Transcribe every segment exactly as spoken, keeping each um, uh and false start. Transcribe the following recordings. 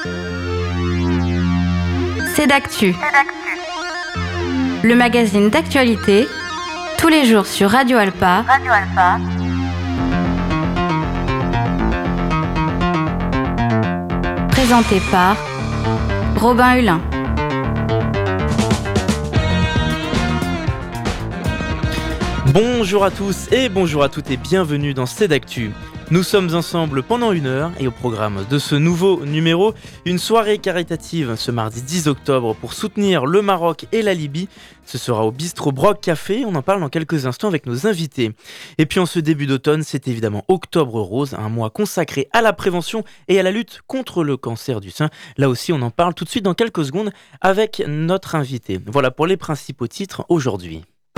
C'est d'actu. Le magazine d'actualité, tous les jours sur Radio Alpa. Radio Alpa. Présenté par Robin Hulin. Bonjour à tous et bonjour à toutes et bienvenue dans C'est d'actu. Nous sommes ensemble pendant une heure et au programme de ce nouveau numéro, une soirée caritative ce mardi dix octobre pour soutenir le Maroc et la Libye. Ce sera au Bistrot Broc Café, on en parle dans quelques instants avec nos invités. Et puis en ce début d'automne, c'est évidemment Octobre Rose, un mois consacré à la prévention et à la lutte contre le cancer du sein. Là aussi, on en parle tout de suite dans quelques secondes avec notre invité. Voilà pour les principaux titres aujourd'hui.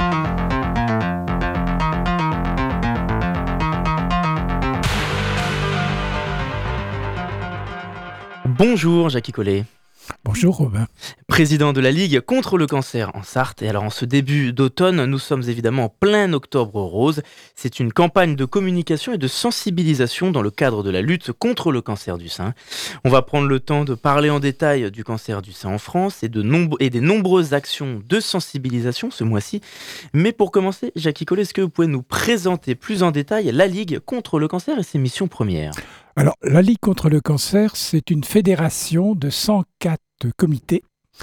Bonjour Jackie Collet. Bonjour Robin. Président de la Ligue contre le cancer en Sarthe. Et alors en ce début d'automne, nous sommes évidemment en plein Octobre Rose. C'est une campagne de communication et de sensibilisation dans le cadre de la lutte contre le cancer du sein. On va prendre le temps de parler en détail du cancer du sein en France et, de nombre- et des nombreuses actions de sensibilisation ce mois-ci. Mais pour commencer, Jackie Collet, est-ce que vous pouvez nous présenter plus en détail la Ligue contre le cancer et ses missions premières ? Alors, la Ligue contre le cancer, c'est une fédération de cent quatre comités.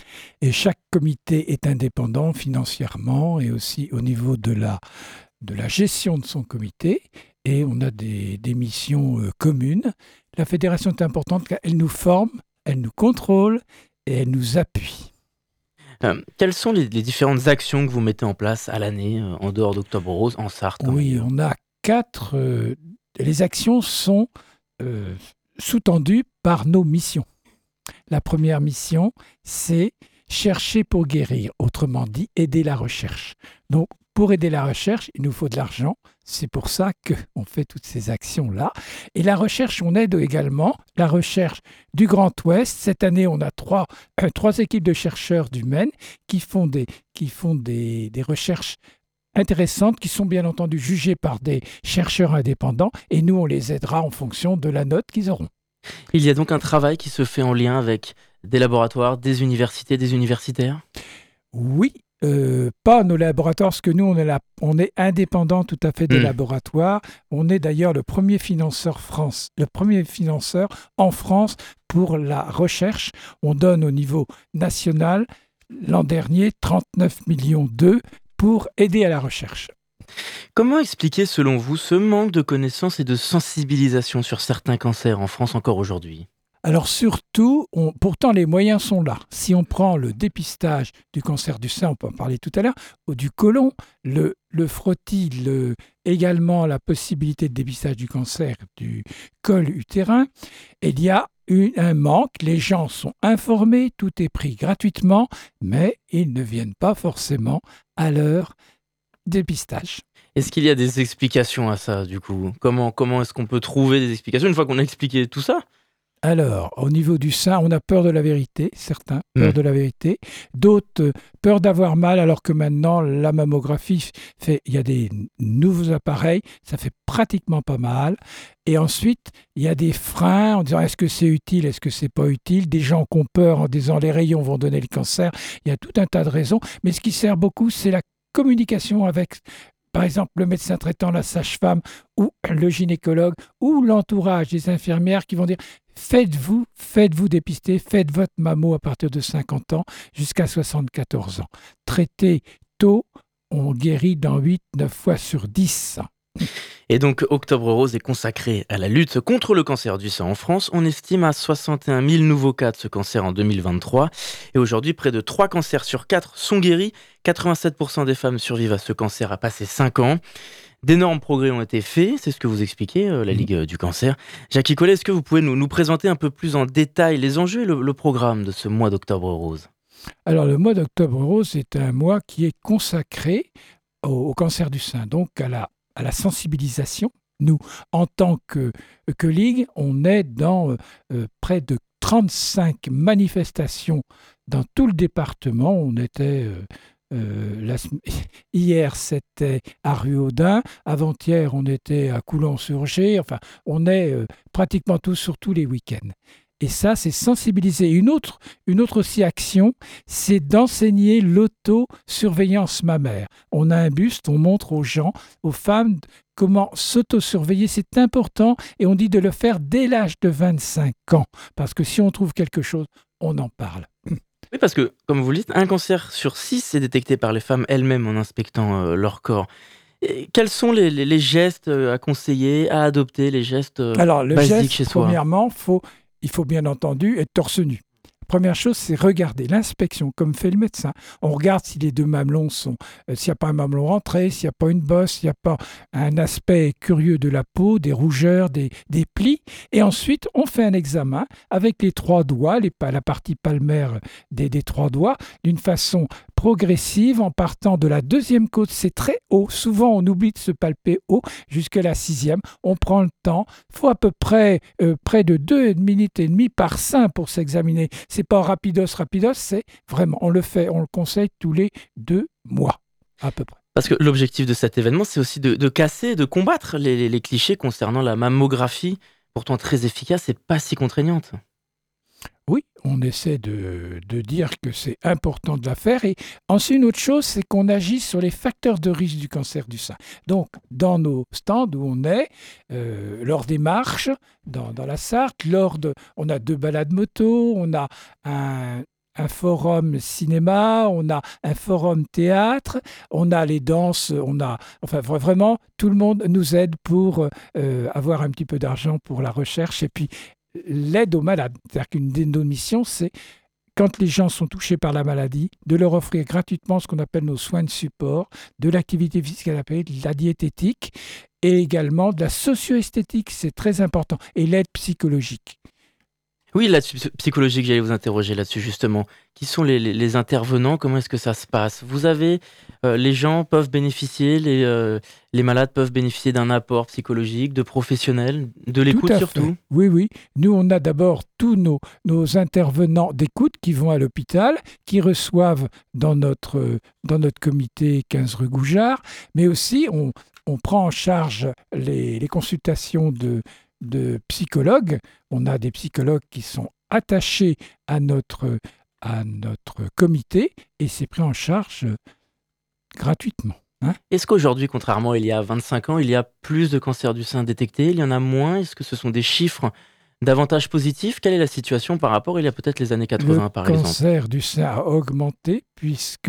Et chaque comité est indépendant financièrement et aussi au niveau de la, de la gestion de son comité. Et on a des, des missions euh, communes. La fédération est importante car elle nous forme, elle nous contrôle et elle nous appuie. Euh, quelles sont les, les différentes actions que vous mettez en place à l'année, euh, en dehors d'Octobre Rose, en Sarthe ? Oui, on a quatre... Euh, les actions sont... Euh, sous-tendu par nos missions. La première mission, c'est chercher pour guérir, autrement dit, aider la recherche. Donc, pour aider la recherche, il nous faut de l'argent. C'est pour ça qu'on fait toutes ces actions-là. Et la recherche, on aide également la recherche du Grand Ouest. Cette année, on a trois, euh, trois équipes de chercheurs du Maine qui font des, qui font des, des recherches intéressantes qui sont bien entendu jugées par des chercheurs indépendants et nous on les aidera en fonction de la note qu'ils auront. Il y a donc un travail qui se fait en lien avec des laboratoires, des universités, des universitaires ? Oui, euh, pas nos laboratoires parce que nous on est, là, on est indépendant tout à fait des mmh. laboratoires. On est d'ailleurs le premier financeur France, le premier financeur en France pour la recherche. On donne au niveau national l'an dernier trente-neuf millions d'euros pour aider à la recherche. Comment expliquer, selon vous, ce manque de connaissances et de sensibilisation sur certains cancers en France encore aujourd'hui ? Alors surtout, on, pourtant les moyens sont là. Si on prend le dépistage du cancer du sein, on peut en parler tout à l'heure, ou du côlon, le, le frottis, le, également la possibilité de dépistage du cancer du col utérin, il y a une, un manque. Les gens sont informés, tout est pris gratuitement, mais ils ne viennent pas forcément à leur dépistage. Est-ce qu'il y a des explications à ça, du coup ? Comment, comment est-ce qu'on peut trouver des explications une fois qu'on a expliqué tout ça ? Alors, au niveau du sein, on a peur de la vérité, certains, peur mmh. de la vérité. D'autres, euh, peur d'avoir mal, alors que maintenant, la mammographie fait... Il y a des nouveaux appareils, ça fait pratiquement pas mal. Et ensuite, il y a des freins en disant est-ce que c'est utile, est-ce que c'est pas utile. Des gens qui ont peur en disant les rayons vont donner le cancer. Il y a tout un tas de raisons. Mais ce qui sert beaucoup, c'est la communication avec... Par exemple, le médecin traitant, la sage-femme ou le gynécologue ou l'entourage des infirmières qui vont dire faites-vous, faites-vous dépister, faites votre mammo à partir de cinquante ans jusqu'à soixante-quatorze ans. Traitez tôt, on guérit dans huit neuf fois sur dix. Et donc, Octobre Rose est consacré à la lutte contre le cancer du sein en France. On estime à soixante et un mille nouveaux cas de ce cancer en deux mille vingt-trois. Et aujourd'hui, près de trois cancers sur quatre sont guéris. quatre-vingt-sept pour cent des femmes survivent à ce cancer à passer cinq ans. D'énormes progrès ont été faits, c'est ce que vous expliquez, euh, la Ligue du cancer. Jackie Collet, est-ce que vous pouvez nous, nous présenter un peu plus en détail les enjeux et le, le programme de ce mois d'Octobre Rose ? Alors, le mois d'Octobre Rose est un mois qui est consacré au, au cancer du sein, donc à la à la sensibilisation. Nous, en tant que, que Ligue, on est dans euh, près de trente-cinq manifestations dans tout le département. On était... Euh, Euh, la, hier, c'était à Ruaudin. Avant-hier, on était à Coulon-sur-Gers. Enfin, on est euh, pratiquement tous sur tous les week-ends. Et ça, c'est sensibiliser. Une autre, une autre aussi action, c'est d'enseigner l'autosurveillance mammaire. On a un buste, on montre aux gens, aux femmes, comment s'autosurveiller. C'est important et on dit de le faire dès l'âge de vingt-cinq ans. Parce que si on trouve quelque chose, on en parle. Oui, parce que, comme vous le dites, un cancer sur six est détecté par les femmes elles-mêmes en inspectant euh, leur corps. Et quels sont les, les, les gestes à conseiller, à adopter, les gestes euh, Alors, le basiques geste, chez soi? Premièrement, faut, il faut bien entendu être torse nu. Première chose, c'est regarder l'inspection, comme fait le médecin. On regarde si les deux mamelons sont, euh, s'il n'y a pas un mamelon rentré, s'il n'y a pas une bosse, s'il n'y a pas un aspect curieux de la peau, des rougeurs, des, des plis. Et ensuite, on fait un examen avec les trois doigts, les, la partie palmaire des, des trois doigts, d'une façon progressive en partant de la deuxième côte. C'est très haut. Souvent, on oublie de se palper haut jusqu'à la sixième. On prend le temps. Il faut à peu près euh, près de deux minutes et demie par sein pour s'examiner. C'est pas rapidos, rapidos, c'est vraiment, on le fait, on le conseille tous les deux mois, à peu près. Parce que l'objectif de cet événement, c'est aussi de, de casser, de combattre les, les, les clichés concernant la mammographie, pourtant très efficace et pas si contraignante. Oui, on essaie de, de dire que c'est important de la faire. Et ensuite, une autre chose, c'est qu'on agit sur les facteurs de risque du cancer du sein. Donc, dans nos stands où on est, euh, lors des marches, dans, dans la Sarthe, lors de, on a deux balades moto, on a un, un forum cinéma, on a un forum théâtre, on a les danses, on a, enfin vraiment, tout le monde nous aide pour euh, avoir un petit peu d'argent pour la recherche et puis l'aide aux malades. C'est-à-dire qu'une de nos missions, c'est, quand les gens sont touchés par la maladie, de leur offrir gratuitement ce qu'on appelle nos soins de support, de l'activité physique adaptée, de la diététique et également de la socio-esthétique, c'est très important, et l'aide psychologique. Oui, l'aide psychologique, j'allais vous interroger là-dessus justement. Qui sont les, les, les intervenants? Comment est-ce que ça se passe? Vous avez, euh, les gens peuvent bénéficier, les, euh, les malades peuvent bénéficier d'un apport psychologique, de professionnels, de l'écoute surtout? Oui, oui. Nous, on a d'abord tous nos, nos intervenants d'écoute qui vont à l'hôpital, qui reçoivent dans notre, dans notre comité quinze rue Goujard, mais aussi on, on prend en charge les, les consultations de de psychologues. On a des psychologues qui sont attachés à notre, à notre comité et c'est pris en charge gratuitement. Hein. Est-ce qu'aujourd'hui, contrairement à il y a vingt-cinq ans, il y a plus de cancers du sein détectés? Il y en a moins? Est-ce que ce sont des chiffres davantage positifs? Quelle est la situation par rapport à il y a peut-être les années quatre-vingts, Le par exemple? Le cancer du sein a augmenté puisque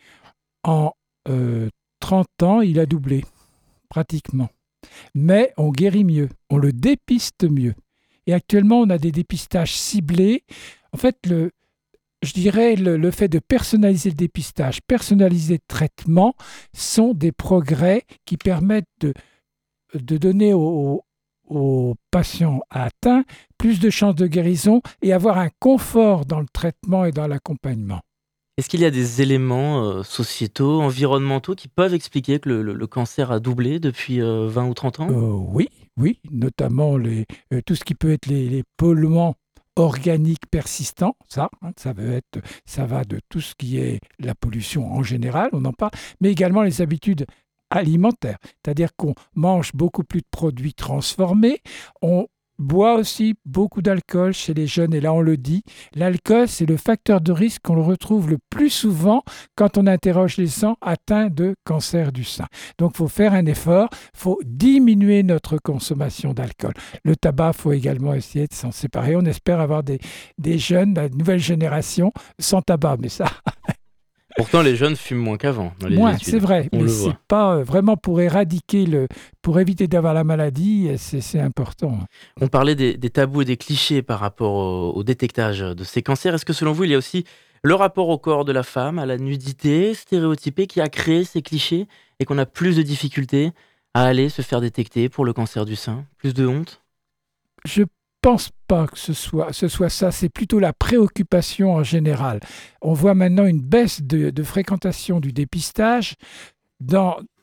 en euh, trente ans, il a doublé, pratiquement. Mais on guérit mieux, on le dépiste mieux. Et actuellement, on a des dépistages ciblés. En fait, le, je dirais le, le fait de personnaliser le dépistage, personnaliser le traitement, sont des progrès qui permettent de, de donner aux, aux patients atteints plus de chances de guérison et avoir un confort dans le traitement et dans l'accompagnement. Est-ce qu'il y a des éléments euh, sociétaux, environnementaux qui peuvent expliquer que le, le, le cancer a doublé depuis euh, vingt ou trente ans? euh, Oui, oui, notamment les, euh, tout ce qui peut être les, les polluants organiques persistants, ça, hein, ça, veut être, ça va de tout ce qui est la pollution en général, on en parle, mais également les habitudes alimentaires, c'est-à-dire qu'on mange beaucoup plus de produits transformés, on boit aussi beaucoup d'alcool chez les jeunes, et là on le dit, l'alcool c'est le facteur de risque qu'on retrouve le plus souvent quand on interroge les gens atteints de cancer du sein. Donc il faut faire un effort, il faut diminuer notre consommation d'alcool. Le tabac, il faut également essayer de s'en séparer. On espère avoir des, des jeunes, la nouvelle génération, sans tabac, mais ça... Pourtant, les jeunes fument moins qu'avant. Dans les moins, études. C'est vrai, on mais le c'est voit. pas euh, vraiment pour éradiquer le, pour éviter d'avoir la maladie, c'est, c'est important. On parlait des, des tabous et des clichés par rapport au, au détectage de ces cancers. Est-ce que selon vous, il y a aussi le rapport au corps de la femme, à la nudité stéréotypée qui a créé ces clichés et qu'on a plus de difficultés à aller se faire détecter pour le cancer du sein? Plus de honte? Je pense pas que ce soit, ce soit ça, c'est plutôt la préoccupation en général. On voit maintenant une baisse de, de fréquentation du dépistage. Dans,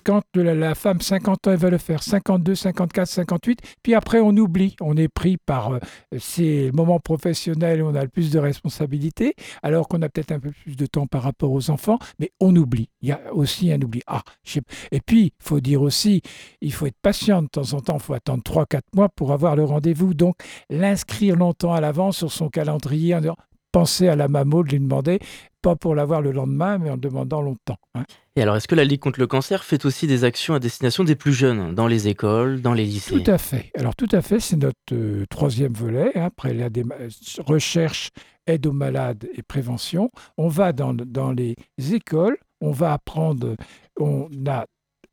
quand la, la femme, cinquante ans, elle va le faire, cinquante-deux, cinquante-quatre, cinquante-huit, puis après on oublie, on est pris par euh, ces moments professionnels où on a le plus de responsabilités, alors qu'on a peut-être un peu plus de temps par rapport aux enfants, mais on oublie. Il y a aussi un oubli. Ah, je sais... Et puis, il faut dire aussi, il faut être patient de temps en temps, il faut attendre trois à quatre mois pour avoir le rendez-vous. Donc, l'inscrire longtemps à l'avance sur son calendrier en disant, pensez à la mammo de lui demander, pas pour l'avoir le lendemain, mais en demandant longtemps. Hein. Et alors, est-ce que la Ligue contre le cancer fait aussi des actions à destination des plus jeunes, dans les écoles, dans les lycées ? Tout à fait. Alors, tout à fait, c'est notre euh, troisième volet, hein, après la dé- recherche, aide aux malades et prévention. On va dans, dans les écoles, on va apprendre, on a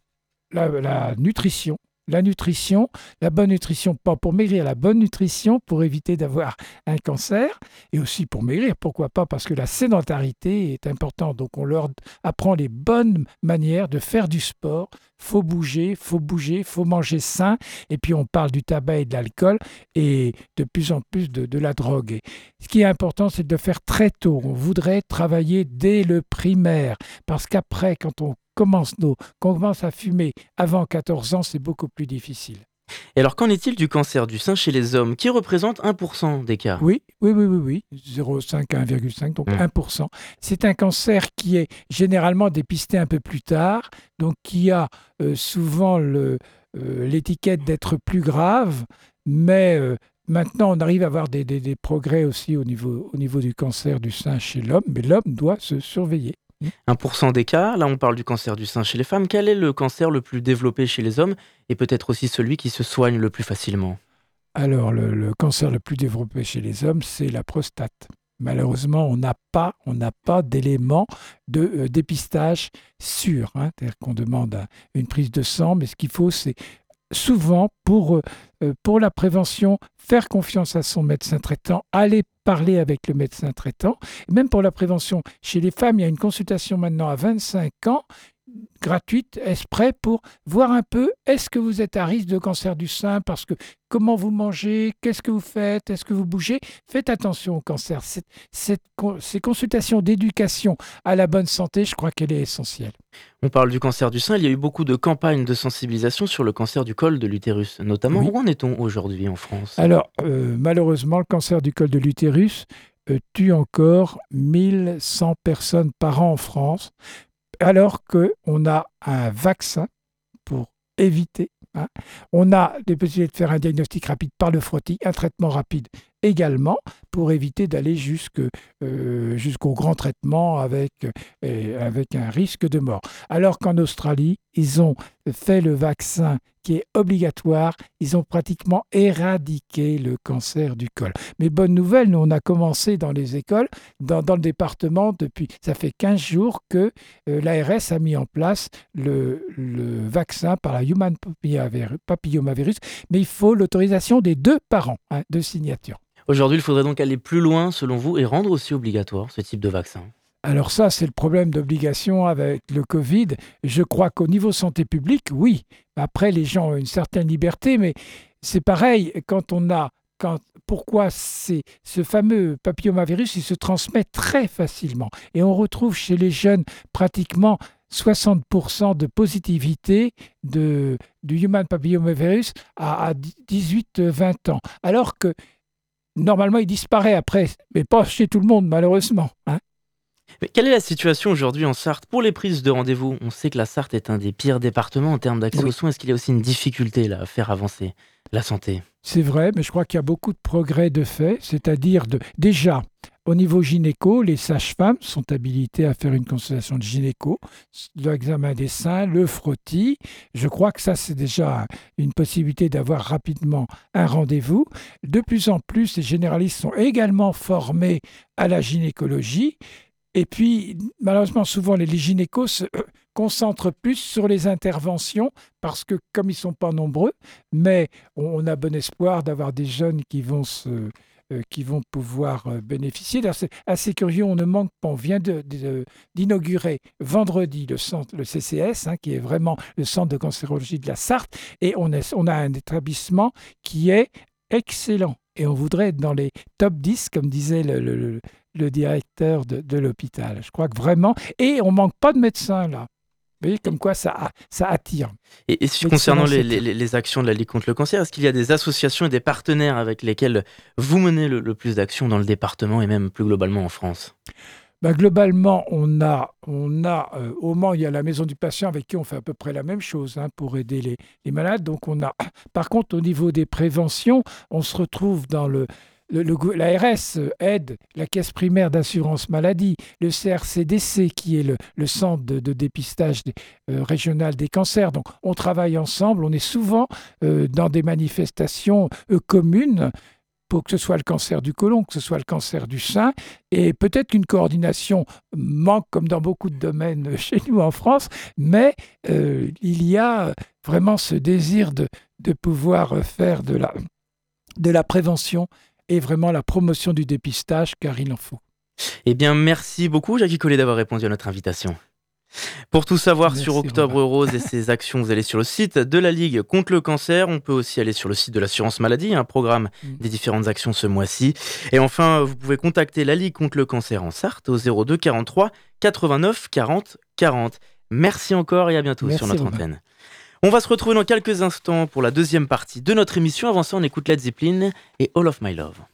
la, la nutrition. La nutrition, la bonne nutrition, pas pour maigrir, la bonne nutrition pour éviter d'avoir un cancer et aussi pour maigrir, pourquoi pas, parce que la sédentarité est importante. Donc on leur apprend les bonnes manières de faire du sport. Faut bouger, faut bouger, faut manger sain. Et puis on parle du tabac et de l'alcool et de plus en plus de, de la drogue. Et ce qui est important, c'est de le faire très tôt. On voudrait travailler dès le primaire parce qu'après, quand on commence, nos, quand on commence à fumer avant quatorze ans, c'est beaucoup plus difficile. Et alors, qu'en est-il du cancer du sein chez les hommes, qui représente un pour cent des cas ? Oui, oui, oui, oui, oui. zéro virgule cinq à un virgule cinq, donc mmh. un pour cent. C'est un cancer qui est généralement dépisté un peu plus tard, donc qui a euh, souvent le, euh, l'étiquette d'être plus grave, mais euh, maintenant on arrive à avoir des, des, des progrès aussi au niveau, au niveau du cancer du sein chez l'homme, mais l'homme doit se surveiller. un pour cent des cas, là on parle du cancer du sein chez les femmes. Quel est le cancer le plus développé chez les hommes et peut-être aussi celui qui se soigne le plus facilement ? Alors le, le cancer le plus développé chez les hommes, c'est la prostate. Malheureusement, on n'a pas, on n'a pas d'éléments de euh, dépistage sûr. Hein. C'est-à-dire qu'on demande un, une prise de sang, mais ce qu'il faut, c'est souvent pour, euh, pour la prévention, faire confiance à son médecin traitant, aller parler avec le médecin traitant. Et même pour la prévention, chez les femmes, il y a une consultation maintenant à vingt-cinq ans, gratuite, est-ce prêt pour voir un peu, est-ce que vous êtes à risque de cancer du sein, parce que comment vous mangez, qu'est-ce que vous faites, est-ce que vous bougez, faites attention au cancer. Cette, cette, ces consultations d'éducation à la bonne santé, je crois qu'elle est essentielle. On parle du cancer du sein, il y a eu beaucoup de campagnes de sensibilisation sur le cancer du col de l'utérus, notamment. Oui. Où en est-on aujourd'hui en France ? Alors, euh, malheureusement, le cancer du col de l'utérus euh, tue encore mille cent personnes par an en France, alors qu'on a un vaccin pour éviter. Hein. On a des possibilités de faire un diagnostic rapide par le frottis, un traitement rapide également, pour éviter d'aller jusque, euh, jusqu'au grand traitement avec, euh, avec un risque de mort. Alors qu'en Australie, ils ont fait le vaccin qui est obligatoire, ils ont pratiquement éradiqué le cancer du col. Mais bonne nouvelle, nous on a commencé dans les écoles, dans, dans le département, depuis, ça fait quinze jours que euh, l'A R S a mis en place le, le vaccin par la Human Papillomavirus, mais il faut l'autorisation des deux parents hein, de signature. Aujourd'hui, il faudrait donc aller plus loin, selon vous, et rendre aussi obligatoire ce type de vaccin. Alors ça, c'est le problème d'obligation avec le Covid. Je crois qu'au niveau santé publique, oui. Après, les gens ont une certaine liberté, mais c'est pareil quand on a... Quand, pourquoi c'est, ce fameux papillomavirus, il se transmet très facilement. Et on retrouve chez les jeunes pratiquement soixante pour cent de positivité de, du Human Papillomavirus à, à dix-huit à vingt ans. Alors que normalement, il disparaît après, mais pas chez tout le monde, malheureusement. Hein. Mais quelle est la situation aujourd'hui en Sarthe pour les prises de rendez-vous ? On sait que la Sarthe est un des pires départements en termes d'accès oui. aux soins. Est-ce qu'il y a aussi une difficulté là, à faire avancer la santé ? C'est vrai, mais je crois qu'il y a beaucoup de progrès de fait, c'est-à-dire de déjà, au niveau gynéco, les sages-femmes sont habilitées à faire une consultation de gynéco, l'examen des seins, le frottis. Je crois que ça, c'est déjà une possibilité d'avoir rapidement un rendez-vous. De plus en plus, les généralistes sont également formés à la gynécologie. Et puis, malheureusement, souvent, les gynécos se concentrent plus sur les interventions parce que, comme ils ne sont pas nombreux, mais on a bon espoir d'avoir des jeunes qui vont, se, euh, qui vont pouvoir euh, bénéficier. D'ailleurs, c'est assez curieux, on ne manque pas. On vient de, de, d'inaugurer vendredi le, centre, le C C S, hein, qui est vraiment le centre de cancérologie de la Sarthe, et on, est, on a un établissement qui est excellent. Et on voudrait être dans les top dix, comme disait le, le, le, le directeur de, de l'hôpital. Je crois que vraiment... Et on ne manque pas de médecins, là. Vous voyez, comme quoi ça, ça attire. Et, et si, concernant les, les, les actions de la Ligue contre le cancer, est-ce qu'il y a des associations et des partenaires avec lesquels vous menez le, le plus d'actions dans le département et même plus globalement en France ? Ben, globalement, on a, on a euh, au Mans, il y a la Maison du Patient avec qui on fait à peu près la même chose hein, pour aider les, les malades. Donc on a, par contre, au niveau des préventions, on se retrouve dans le... Le, le, l'A R S aide la caisse primaire d'assurance maladie, le C R C D C qui est le, le centre de, de dépistage des, euh, régional des cancers. Donc on travaille ensemble, on est souvent euh, dans des manifestations euh, communes pour que ce soit le cancer du côlon, que ce soit le cancer du sein. Et peut-être qu'une coordination manque comme dans beaucoup de domaines chez nous en France, mais euh, il y a vraiment ce désir de, de pouvoir faire de la, de la prévention et vraiment la promotion du dépistage, car il en faut. Eh bien, merci beaucoup, Jackie Collet, d'avoir répondu à notre invitation. Pour tout savoir merci sur Octobre Robin. Rose et ses actions, vous allez sur le site de la Ligue contre le cancer. On peut aussi aller sur le site de l'assurance maladie, un programme mmh. des différentes actions ce mois-ci. Et enfin, vous pouvez contacter la Ligue contre le cancer en Sarthe au zéro deux quarante-trois quatre-vingt-neuf quarante quarante. Merci encore et à bientôt merci sur notre Robin. Antenne. On va se retrouver dans quelques instants pour la deuxième partie de notre émission. Avant ça, on écoute Led Zeppelin et All of My Love.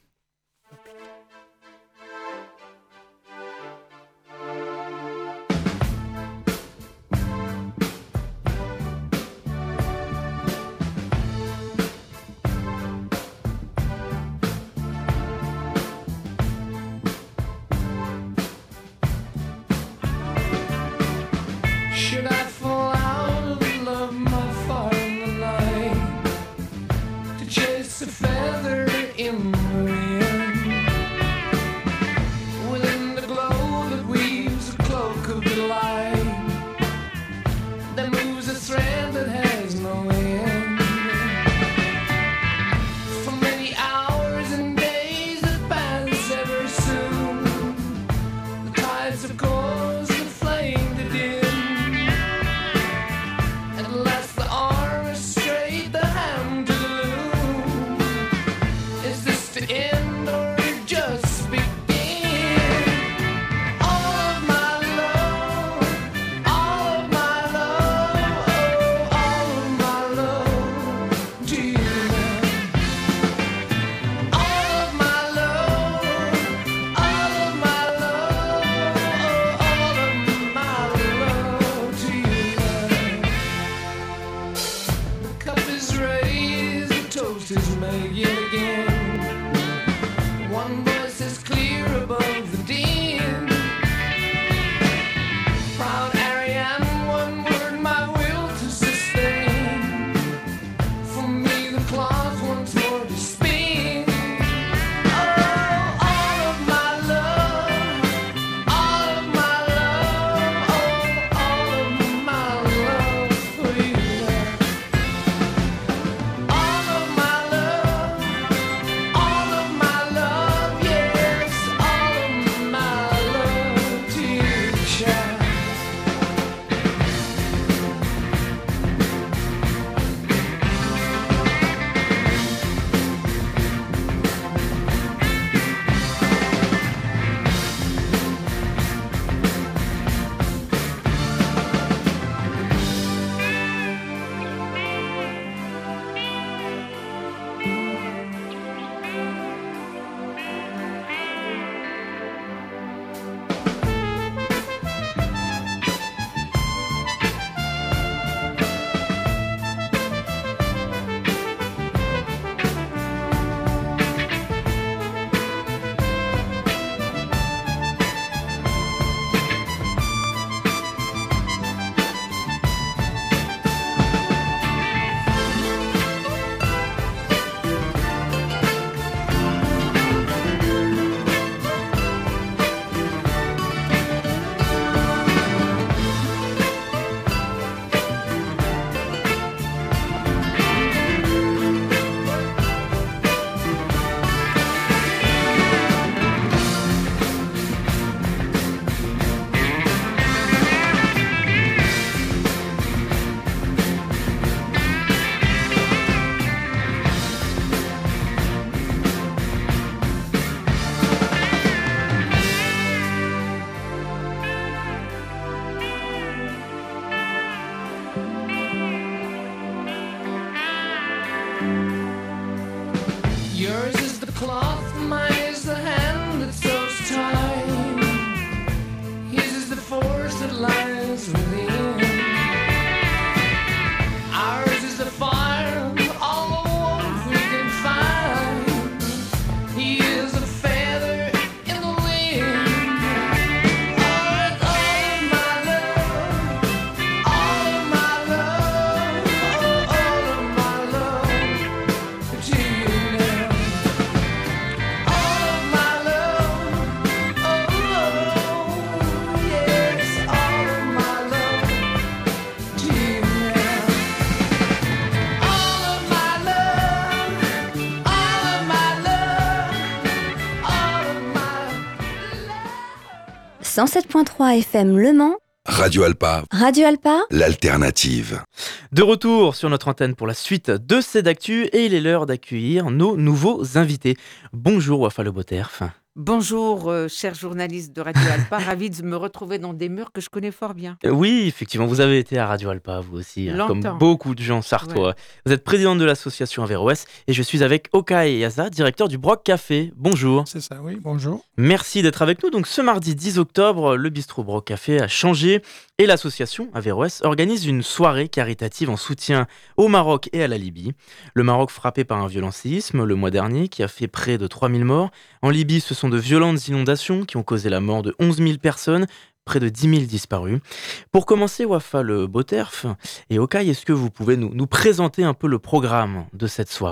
cent sept virgule trois F M Le Mans. Radio Alpa. Radio Alpa. L'alternative. De retour sur notre antenne pour la suite de Cédactu et il est l'heure d'accueillir nos nouveaux invités. Bonjour Wafa Le Botterf. Bonjour, euh, chers journalistes de Radio Alpa, ravi de me retrouver dans des murs que je connais fort bien. Euh, Oui, effectivement, vous avez été à Radio Alpa, vous aussi, hein, comme Longtemps. beaucoup de gens sartois. Ouais. Vous êtes présidente de l'association Averroès et je suis avec Okay Yaza, directeur du Broc Café. Bonjour. C'est ça, oui, bonjour. Merci d'être avec nous. Donc, ce mardi dix octobre, le bistrot Broc Café a changé et l'association Averroès organise une soirée caritative en soutien au Maroc et à la Libye. Le Maroc frappé par un violent séisme le mois dernier qui a fait près de trois mille morts. En Libye, ce sont de violentes inondations qui ont causé la mort de onze mille personnes, près de dix mille disparus. Pour commencer, Wafa Le Botterf et Okay, est-ce que vous pouvez nous, nous présenter un peu le programme de cette soirée ?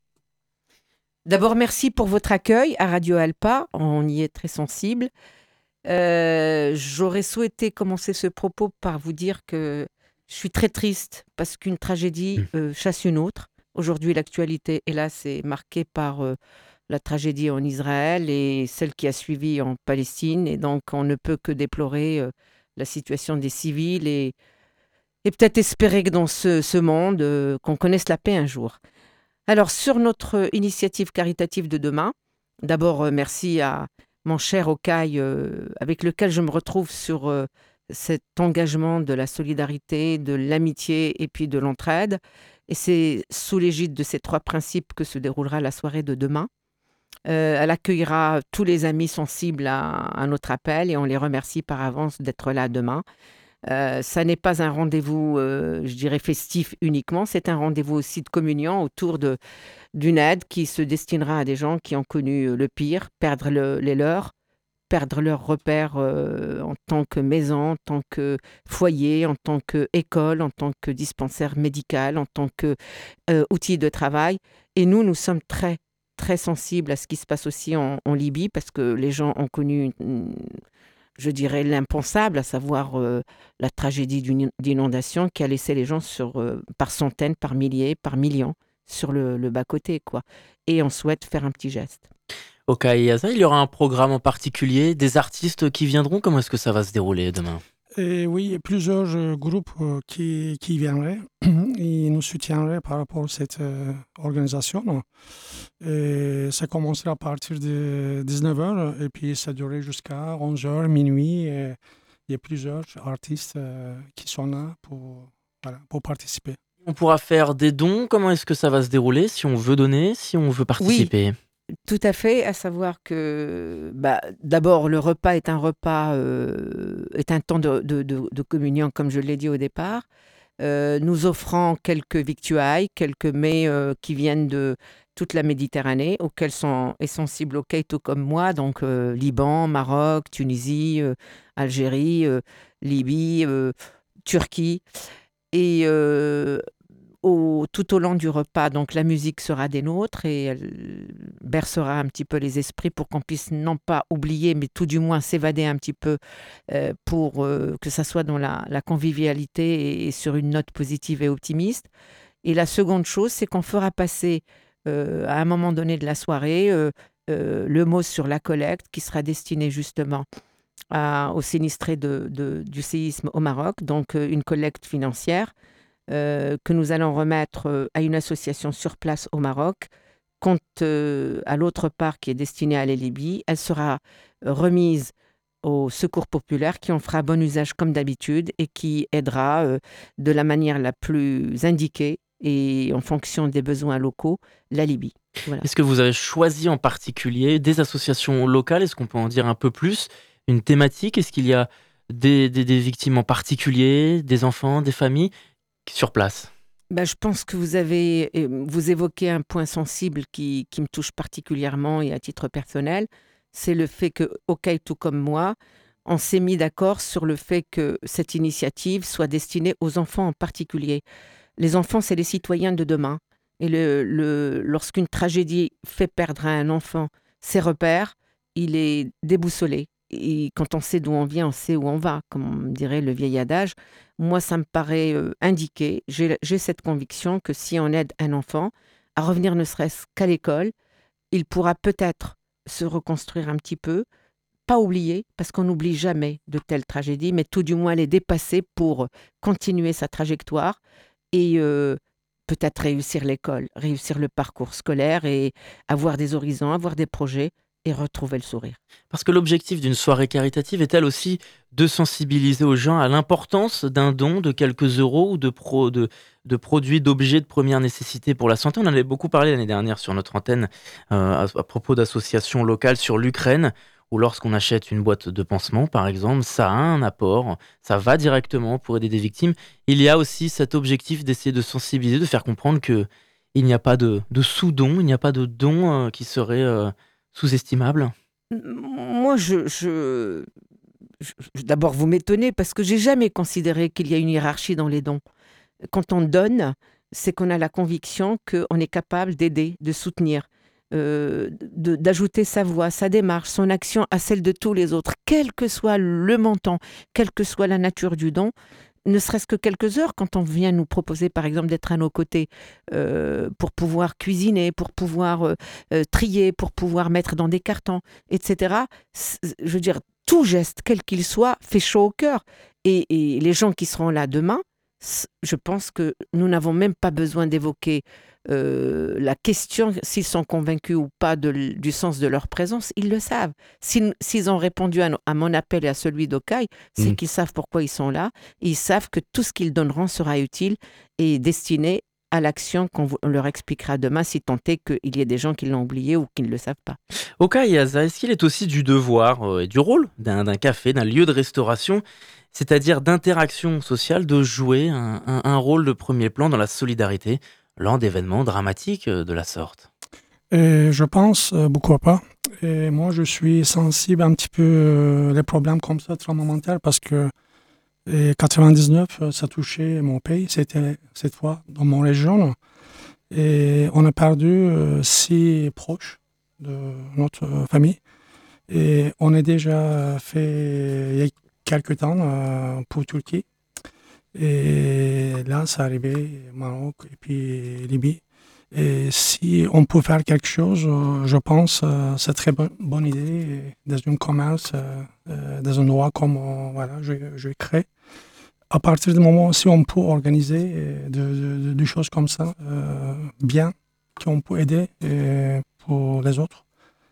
D'abord, merci pour votre accueil à Radio Alpa, on y est très sensible. Euh, j'aurais souhaité commencer ce propos par vous dire que je suis très triste parce qu'une tragédie euh, chasse une autre. Aujourd'hui, l'actualité, hélas, est marquée par euh, la tragédie en Israël et celle qui a suivi en Palestine. Et donc, on ne peut que déplorer euh, la situation des civils et, et peut-être espérer que dans ce, ce monde, euh, qu'on connaisse la paix un jour. Alors, sur notre initiative caritative de demain, d'abord, euh, merci à mon cher Okay, euh, avec lequel je me retrouve sur euh, cet engagement de la solidarité, de l'amitié et puis de l'entraide. Et c'est sous l'égide de ces trois principes que se déroulera la soirée de demain. Euh, elle accueillera tous les amis sensibles à, à notre appel et on les remercie par avance d'être là demain. Euh, ça n'est pas un rendez-vous, euh, je dirais, festif uniquement, c'est un rendez-vous aussi de communion autour de, d'une aide qui se destinera à des gens qui ont connu le pire, perdre le, les leurs, perdre leurs repères euh, en tant que maison, en tant que foyer, en tant qu'école, en tant que dispensaire médical, en tant qu'outil euh, de travail. Et nous, nous sommes très, très sensibles à ce qui se passe aussi en, en Libye parce que les gens ont connu, une, je dirais, l'impensable, à savoir euh, la tragédie d'une d'inondation qui a laissé les gens sur, euh, par centaines, par milliers, par millions sur le, le bas-côté, quoi. Et on souhaite faire un petit geste. Okay Yaza, il y aura un programme en particulier, des artistes qui viendront. Comment est-ce que ça va se dérouler demain ? Et oui, il y a plusieurs euh, groupes euh, qui, qui viendraient et nous soutiendraient par rapport à cette euh, organisation. Et ça commencera à partir de dix-neuf heures et puis ça durerait jusqu'à onze heures, minuit. Et il y a plusieurs artistes euh, qui sont là pour, voilà, pour participer. On pourra faire des dons. Comment est-ce que ça va se dérouler si on veut donner, si on veut participer ? Oui. Tout à fait, à savoir que bah, d'abord le repas est un repas, euh, est un temps de, de, de, de communion comme je l'ai dit au départ, euh, nous offrant quelques victuailles, quelques mets euh, qui viennent de toute la Méditerranée, auxquels sont est sensible Okay tout comme moi, donc euh, Liban, Maroc, Tunisie, euh, Algérie, euh, Libye, euh, Turquie et euh, Au, tout au long du repas, donc la musique sera des nôtres et elle bercera un petit peu les esprits pour qu'on puisse non pas oublier, mais tout du moins s'évader un petit peu euh, pour euh, que ça soit dans la, la convivialité et, et sur une note positive et optimiste. Et la seconde chose, c'est qu'on fera passer euh, à un moment donné de la soirée euh, euh, le mot sur la collecte qui sera destinée justement à, aux sinistrés de, de, du séisme au Maroc, donc euh, une collecte financière. Euh, que nous allons remettre euh, à une association sur place au Maroc, compte euh, à l'autre part qui est destinée à la Libye. Elle sera euh, remise au Secours populaire qui en fera bon usage comme d'habitude et qui aidera euh, de la manière la plus indiquée et en fonction des besoins locaux, la Libye. Voilà. Est-ce que vous avez choisi en particulier des associations locales ? Est-ce qu'on peut en dire un peu plus ? Une thématique ? Est-ce qu'il y a des, des, des victimes en particulier, des enfants, des familles ? Sur place. Ben, je pense que vous avez vous évoquez un point sensible qui, qui me touche particulièrement et à titre personnel, c'est le fait que Okay tout comme moi, on s'est mis d'accord sur le fait que cette initiative soit destinée aux enfants en particulier. Les enfants, c'est les citoyens de demain. Et le, le, lorsqu'une tragédie fait perdre à un enfant ses repères, il est déboussolé. Et quand on sait d'où on vient, on sait où on va, comme on dirait le vieil adage. Moi, ça me paraît euh, indiqué. J'ai, j'ai cette conviction que si on aide un enfant à revenir ne serait-ce qu'à l'école, il pourra peut-être se reconstruire un petit peu, pas oublier, parce qu'on n'oublie jamais de telles tragédies, mais tout du moins les dépasser pour continuer sa trajectoire et euh, peut-être réussir l'école, réussir le parcours scolaire et avoir des horizons, avoir des projets et retrouver le sourire. Parce que l'objectif d'une soirée caritative est-elle aussi de sensibiliser aux gens à l'importance d'un don de quelques euros ou de, pro, de, de produits, d'objets de première nécessité pour la santé. On en avait beaucoup parlé l'année dernière sur notre antenne euh, à, à propos d'associations locales sur l'Ukraine, où lorsqu'on achète une boîte de pansements, par exemple, ça a un apport, ça va directement pour aider des victimes. Il y a aussi cet objectif d'essayer de sensibiliser, de faire comprendre qu'il n'y a pas de, de sous-don, il n'y a pas de don euh, qui serait... Euh, sous-estimable? Moi, je, je, je- d'abord, vous m'étonnez parce que j'ai jamais considéré qu'il y a une hiérarchie dans les dons. Quand on donne, c'est qu'on a la conviction qu'on est capable d'aider, de soutenir, euh, de- d'ajouter sa voix, sa démarche, son action à celle de tous les autres, quel que soit le montant, quelle que soit la nature du don. Ne serait-ce que quelques heures, quand on vient nous proposer, par exemple, d'être à nos côtés euh, pour pouvoir cuisiner, pour pouvoir euh, euh, trier, pour pouvoir mettre dans des cartons, et cetera. C- Je veux dire, tout geste, quel qu'il soit, fait chaud au cœur. Et, et les gens qui seront là demain, c- je pense que nous n'avons même pas besoin d'évoquer euh, la question s'ils sont convaincus ou pas de l- du sens de leur présence. Ils le savent. S'ils, s'ils ont répondu à, no- à mon appel et à celui d'Okai, c'est Mm. qu'ils savent pourquoi ils sont là. Et ils savent que tout ce qu'ils donneront sera utile et destiné à l'action qu'on vous- on leur expliquera demain, si tant est qu'il y ait des gens qui l'ont oublié ou qui ne le savent pas. Oka Yaza, est-ce qu'il est aussi du devoir euh, et du rôle d'un d'un café, d'un lieu de restauration, c'est-à-dire d'interaction sociale, de jouer un, un- un rôle de premier plan dans la solidarité lors d'événements dramatiques euh, de la sorte? Et je pense, euh, pourquoi pas. Et moi, je suis sensible un petit peu euh, les problèmes comme ça, tremblementaires, parce que en quatre-vingt-dix-neuf, euh, ça touchait mon pays, c'était cette fois dans mon région. Et on a perdu euh, six proches de notre euh, famille. Et on a déjà fait il y a quelques temps euh, pour Turquie. Et là, c'est arrivé Maroc et puis Libye. Et si on peut faire quelque chose, euh, je pense euh, c'est très bonne, bonne idée dans un commerce, euh, euh, dans un endroit comme euh, voilà, je, je crée. À partir du moment où on peut organiser euh, de, de- de- des choses comme ça, euh, bien, qu'on peut aider euh, pour les autres,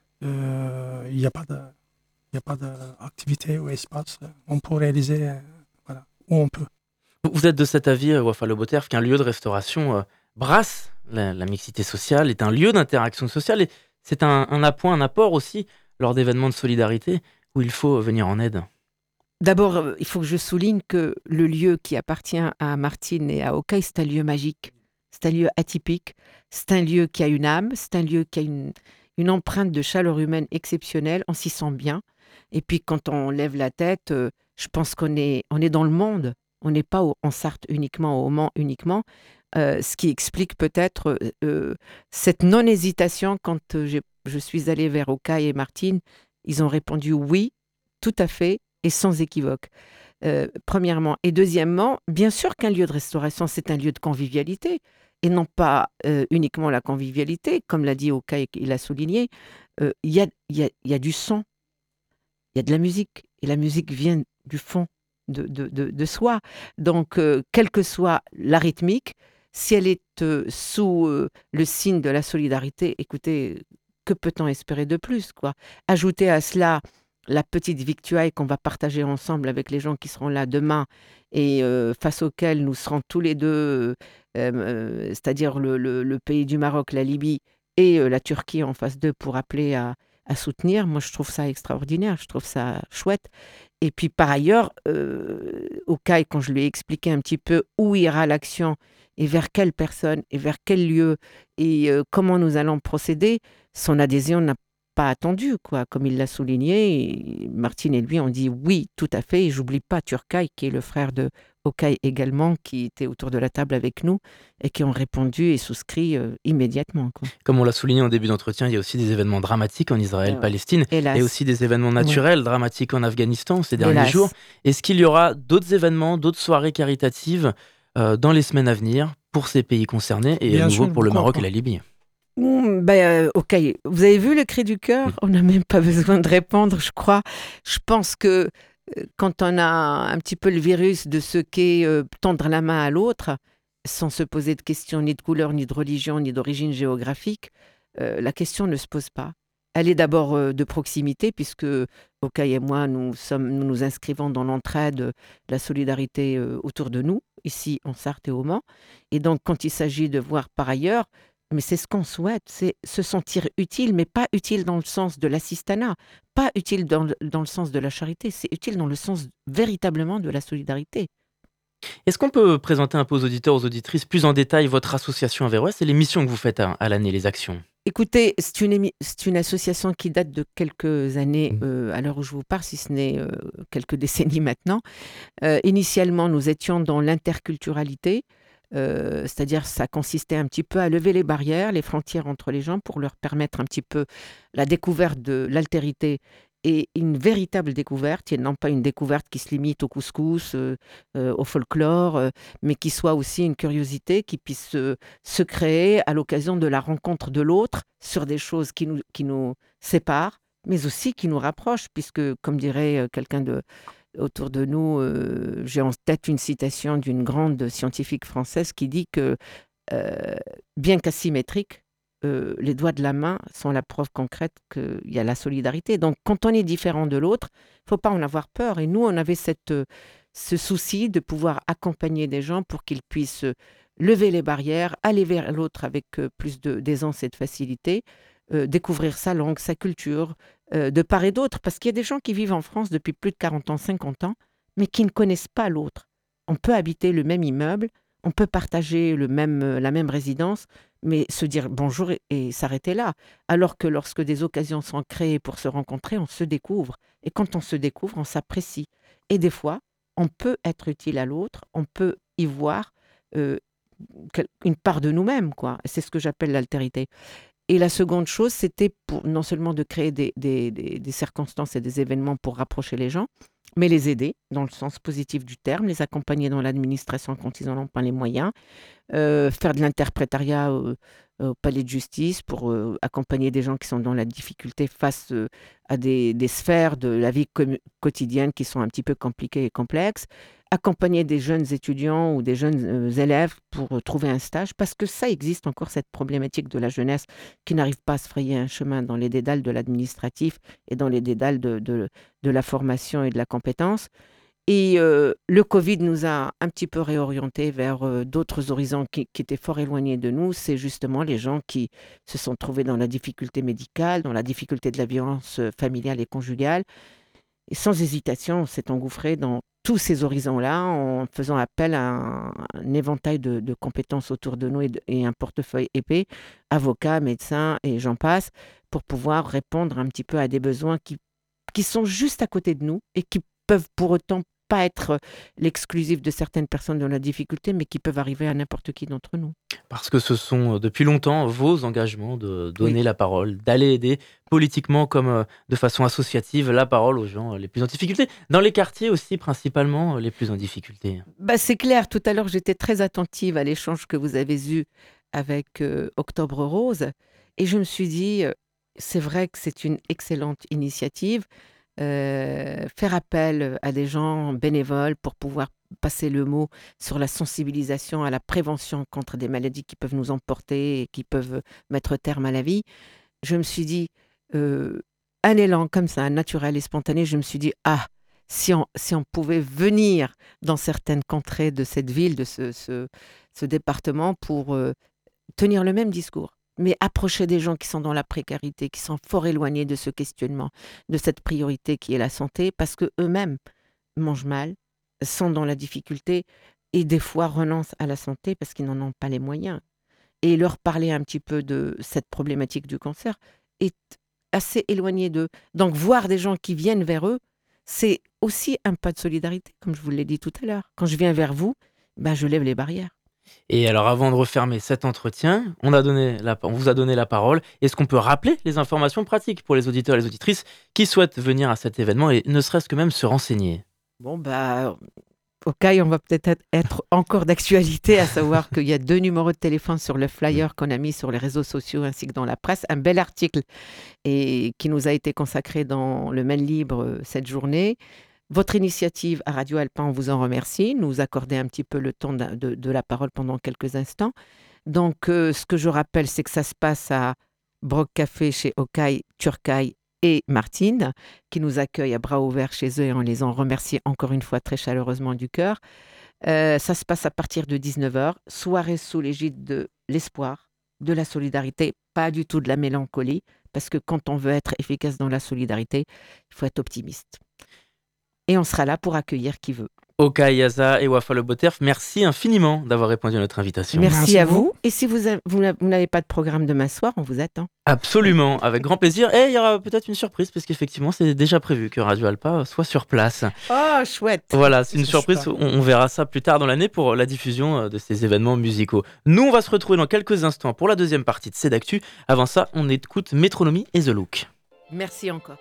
euh, il n'y a pas de, il n'y a pas d'activité ou espace. On peut réaliser euh, voilà, où on peut. Vous vous êtes de cet avis, euh, Wafa Loboterf, qu'un lieu de restauration euh, brasse la, la mixité sociale, est un lieu d'interaction sociale et c'est un, un appoint, un apport aussi lors d'événements de solidarité où il faut venir en aide? D'abord, euh, il faut que je souligne que le lieu qui appartient à Martine et à Okai, c'est un lieu magique. C'est un lieu atypique. C'est un lieu qui a une âme. C'est un lieu qui a une, une empreinte de chaleur humaine exceptionnelle. On s'y sent bien. Et puis, quand on lève la tête, euh, je pense qu'on est, on est dans le monde. On n'est pas au- en Sarthe uniquement, au Mans uniquement. Euh, ce qui explique peut-être euh, euh, cette non-hésitation quand euh, j'ai- je suis allée vers Okai et Martine. Ils ont répondu oui, tout à fait, et sans équivoque. Euh, premièrement. Et deuxièmement, bien sûr qu'un lieu de restauration, c'est un lieu de convivialité, et non pas euh, uniquement la convivialité, comme l'a dit Okai, il l'a souligné. Euh, Il y, a, il y, a, il y a du son, il y a de la musique, et la musique vient du fond de, de, de, de soi. Donc, euh, quelle que soit la rythmique, si elle est euh, sous euh, le signe de la solidarité, écoutez, que peut-on espérer de plus, quoi? Ajouter à cela la petite victuaille qu'on va partager ensemble avec les gens qui seront là demain et euh, face auxquels nous serons tous les deux, euh, euh, c'est-à-dire le, le- le pays du Maroc, la Libye et euh, la Turquie en face d'eux pour appeler à, à soutenir. Moi, je trouve ça extraordinaire, je trouve ça chouette. Et puis par ailleurs, euh, au cas quand je lui ai expliqué un petit peu où ira l'action et vers quelle personne et vers quel lieu et euh, comment nous allons procéder, son adhésion n'a pas attendu, quoi. Comme il l'a souligné, et Martine et lui ont dit oui, tout à fait. Et j'oublie pas Turkay, qui est le frère de Okai également, qui était autour de la table avec nous et qui ont répondu et souscrit euh, immédiatement, quoi. Comme on l'a souligné en début d'entretien, il y a aussi des événements dramatiques en Israël-Palestine Hélas. et aussi des événements naturels dramatiques en Afghanistan ces derniers Hélas. jours. Est-ce qu'il y aura d'autres événements, d'autres soirées caritatives euh, dans les semaines à venir pour ces pays concernés et Bien à nouveau sûr, pour le pourquoi Maroc pas. et la Libye? Mmh, ben, euh, ok, vous avez vu le cri du cœur? Oui. On n'a même pas besoin de répondre, je crois. Je pense que euh, quand on a un petit peu le virus de ce qu'est euh, tendre la main à l'autre, sans se poser de questions ni de couleur, ni de religion, ni d'origine géographique, euh, la question ne se pose pas. Elle est d'abord euh, de proximité, puisque Okay et moi, nous, sommes, nous nous inscrivons dans l'entraide, euh, la solidarité euh, autour de nous, ici en Sarthe et au Mans. Et donc, quand il s'agit de voir par ailleurs, mais c'est ce qu'on souhaite, c'est se sentir utile, mais pas utile dans le sens de l'assistanat, pas utile dans le, dans le sens de la charité, c'est utile dans le sens véritablement de la solidarité. Est-ce qu'on peut présenter un peu aux auditeurs, aux auditrices plus en détail votre association Averroès et les missions que vous faites à, à l'année, les actions? Écoutez, c'est une, émi- c'est une association qui date de quelques années, euh, à l'heure où je vous parle, si ce n'est euh, quelques décennies maintenant. Euh, initialement, nous étions dans l'interculturalité, euh, c'est-à-dire ça consistait un petit peu à lever les barrières, les frontières entre les gens pour leur permettre un petit peu la découverte de l'altérité et une véritable découverte, et non pas une découverte qui se limite au couscous, euh, euh, au folklore, euh, mais qui soit aussi une curiosité qui puisse se, se créer à l'occasion de la rencontre de l'autre sur des choses qui nous, qui nous séparent, mais aussi qui nous rapprochent, puisque, comme dirait euh, quelqu'un de autour de nous, euh, j'ai en tête une citation d'une grande scientifique française qui dit que, euh, bien qu'asymétriques, euh, les doigts de la main sont la preuve concrète qu'il y a la solidarité. Donc, quand on est différent de l'autre, il ne faut pas en avoir peur. Et nous, on avait cette, euh, ce souci de pouvoir accompagner des gens pour qu'ils puissent euh, lever les barrières, aller vers l'autre avec euh, plus de, d'aisance et de facilité, euh, découvrir sa langue, sa culture, euh, de part et d'autre, parce qu'il y a des gens qui vivent en France depuis plus de quarante ans, cinquante ans, mais qui ne connaissent pas l'autre. On peut habiter le même immeuble, on peut partager le même, euh, la même résidence, mais se dire bonjour et, et s'arrêter là. Alors que lorsque des occasions sont créées pour se rencontrer, on se découvre. Et quand on se découvre, on s'apprécie. Et des fois, on peut être utile à l'autre, on peut y voir euh, quel- une part de nous-mêmes, quoi. C'est ce que j'appelle l'altérité. Et la seconde chose, c'était pour, non seulement de créer des, des- des- des circonstances et des événements pour rapprocher les gens, mais les aider dans le sens positif du terme, les accompagner dans l'administration quand ils n'en ont pas les moyens, euh, faire de l'interprétariat au, au palais de justice pour euh, accompagner des gens qui sont dans la difficulté face euh, à des, des sphères de la vie commu- quotidienne qui sont un petit peu compliquées et complexes, accompagner des jeunes étudiants ou des jeunes euh, élèves pour euh, trouver un stage, parce que ça existe encore, cette problématique de la jeunesse qui n'arrive pas à se frayer un chemin dans les dédales de l'administratif et dans les dédales de, de, de la formation et de la compétence. Et euh, le Covid nous a un petit peu réorientés vers euh, d'autres horizons qui, qui étaient fort éloignés de nous. C'est justement les gens qui se sont trouvés dans la difficulté médicale, dans la difficulté de la violence euh, familiale et conjugale. Et sans hésitation, on s'est engouffré dans tous ces horizons-là en faisant appel à un, un éventail de, de compétences autour de nous et, de- et un portefeuille épais, avocats, médecins et j'en passe, pour pouvoir répondre un petit peu à des besoins qui, qui sont juste à côté de nous et qui peuvent pour autant pas être l'exclusif de certaines personnes dans la difficulté, mais qui peuvent arriver à n'importe qui d'entre nous. Parce que ce sont euh, depuis longtemps vos engagements de donner Oui. la parole, d'aller aider politiquement comme euh, de façon associative la parole aux gens euh, les plus en difficulté, dans les quartiers aussi principalement euh, les plus en difficulté. Bah, c'est clair, tout à l'heure j'étais très attentive à l'échange que vous avez eu avec euh, Octobre Rose et je me suis dit, euh, c'est vrai que c'est une excellente initiative, euh, faire appel à des gens bénévoles pour pouvoir passer le mot sur la sensibilisation à la prévention contre des maladies qui peuvent nous emporter et qui peuvent mettre terme à la vie. Je me suis dit, euh, un élan comme ça, naturel et spontané, je me suis dit, ah, si on, si on pouvait venir dans certaines contrées de cette ville, de ce, ce, ce département, pour euh, tenir le même discours, mais approcher des gens qui sont dans la précarité, qui sont fort éloignés de ce questionnement, de cette priorité qui est la santé, parce qu'eux-mêmes mangent mal, sont dans la difficulté et des fois renoncent à la santé parce qu'ils n'en ont pas les moyens. Et leur parler un petit peu de cette problématique du cancer est assez éloigné d'eux. Donc voir des gens qui viennent vers eux, c'est aussi un pas de solidarité, comme je vous l'ai dit tout à l'heure. Quand je viens vers vous, ben je lève les barrières. Et alors avant de refermer cet entretien, on, a donné la, on vous a donné la parole. Est-ce qu'on peut rappeler les informations pratiques pour les auditeurs et les auditrices qui souhaitent venir à cet événement et ne serait-ce que même se renseigner? Bon, bah, Okai, on va peut-être être encore d'actualité, à savoir qu'il y a deux numéros de téléphone sur le flyer qu'on a mis sur les réseaux sociaux ainsi que dans la presse. Un bel article et qui nous a été consacré dans le Maine Libre cette journée. Votre initiative à Radio Alpa, on vous en remercie. Nous accorder un petit peu le temps de, de, de la parole pendant quelques instants. Donc, euh, ce que je rappelle, c'est que ça se passe à Broc Café chez Okai, Turcaille et Martine, qui nous accueillent à bras ouverts chez eux et on les en remercie encore une fois très chaleureusement du cœur. Euh, ça se passe à partir de dix-neuf heures, soirée sous l'égide de l'espoir, de la solidarité, pas du tout de la mélancolie, parce que quand on veut être efficace dans la solidarité, il faut être optimiste. Et on sera là pour accueillir qui veut. Okai, Yaza et Wafa Le Boterf, merci infiniment d'avoir répondu à notre invitation. Merci, merci à vous. vous. Et si vous, a, vous, vous n'avez pas de programme demain soir, on vous attend. Absolument, avec grand plaisir. Et il y aura peut-être une surprise, parce qu'effectivement, c'est déjà prévu que Radio Alpa soit sur place. Oh, chouette. Voilà, c'est une c'est surprise. On, on verra ça plus tard dans l'année pour la diffusion de ces événements musicaux. Nous, on va se retrouver dans quelques instants pour la deuxième partie de Cédactu. Avant ça, on écoute Métronomie et The Look. Merci encore.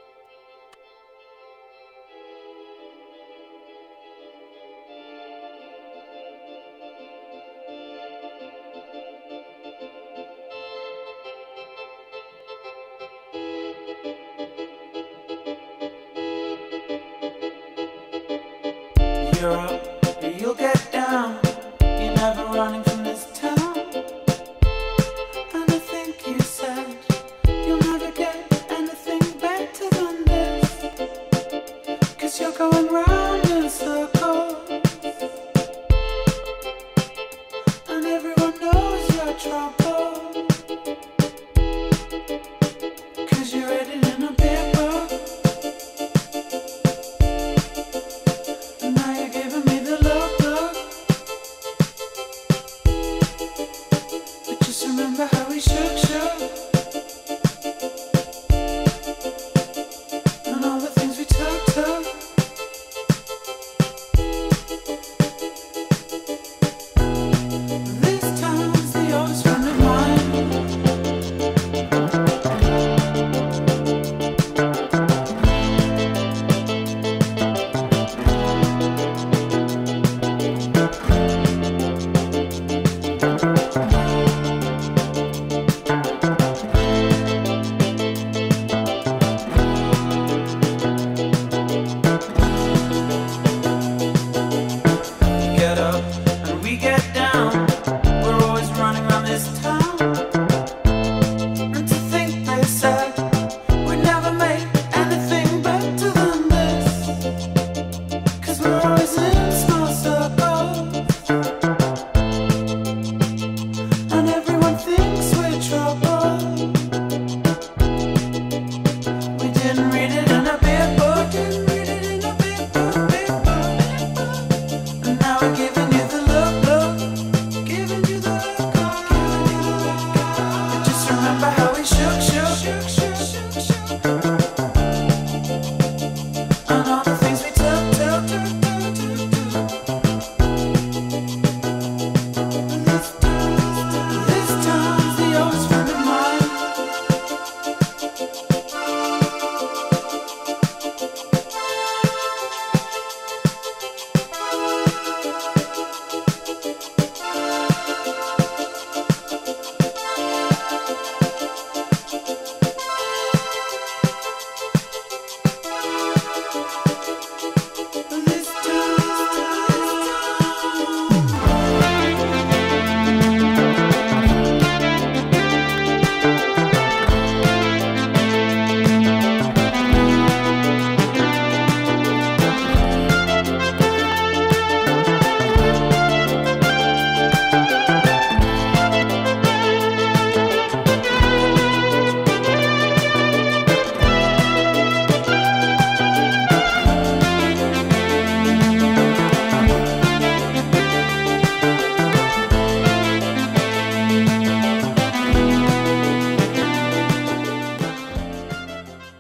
You'll get down. You're never running from this town. And I think you said you'll never get anything better than this. 'Cause you're going round in circles. And everyone knows your trouble. 'Cause you're written in a paper.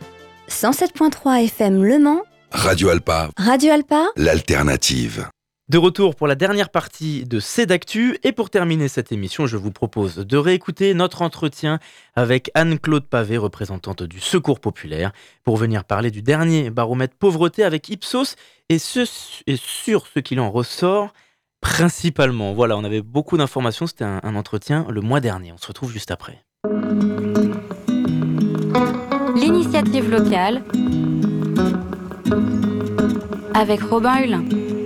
cent sept point trois F M Le Mans, Radio Alpa, Radio Alpa, l'alternative. De retour pour la dernière partie de C'est d'actu et pour terminer cette émission, je vous propose de réécouter notre entretien avec Anne-Claude Pavé, représentante du Secours populaire, pour venir parler du dernier baromètre pauvreté avec Ipsos et, ce, et sur ce qu'il en ressort principalement. Voilà, on avait beaucoup d'informations, c'était un, un entretien le mois dernier. On se retrouve juste après. L'initiative locale avec Robin Hulin.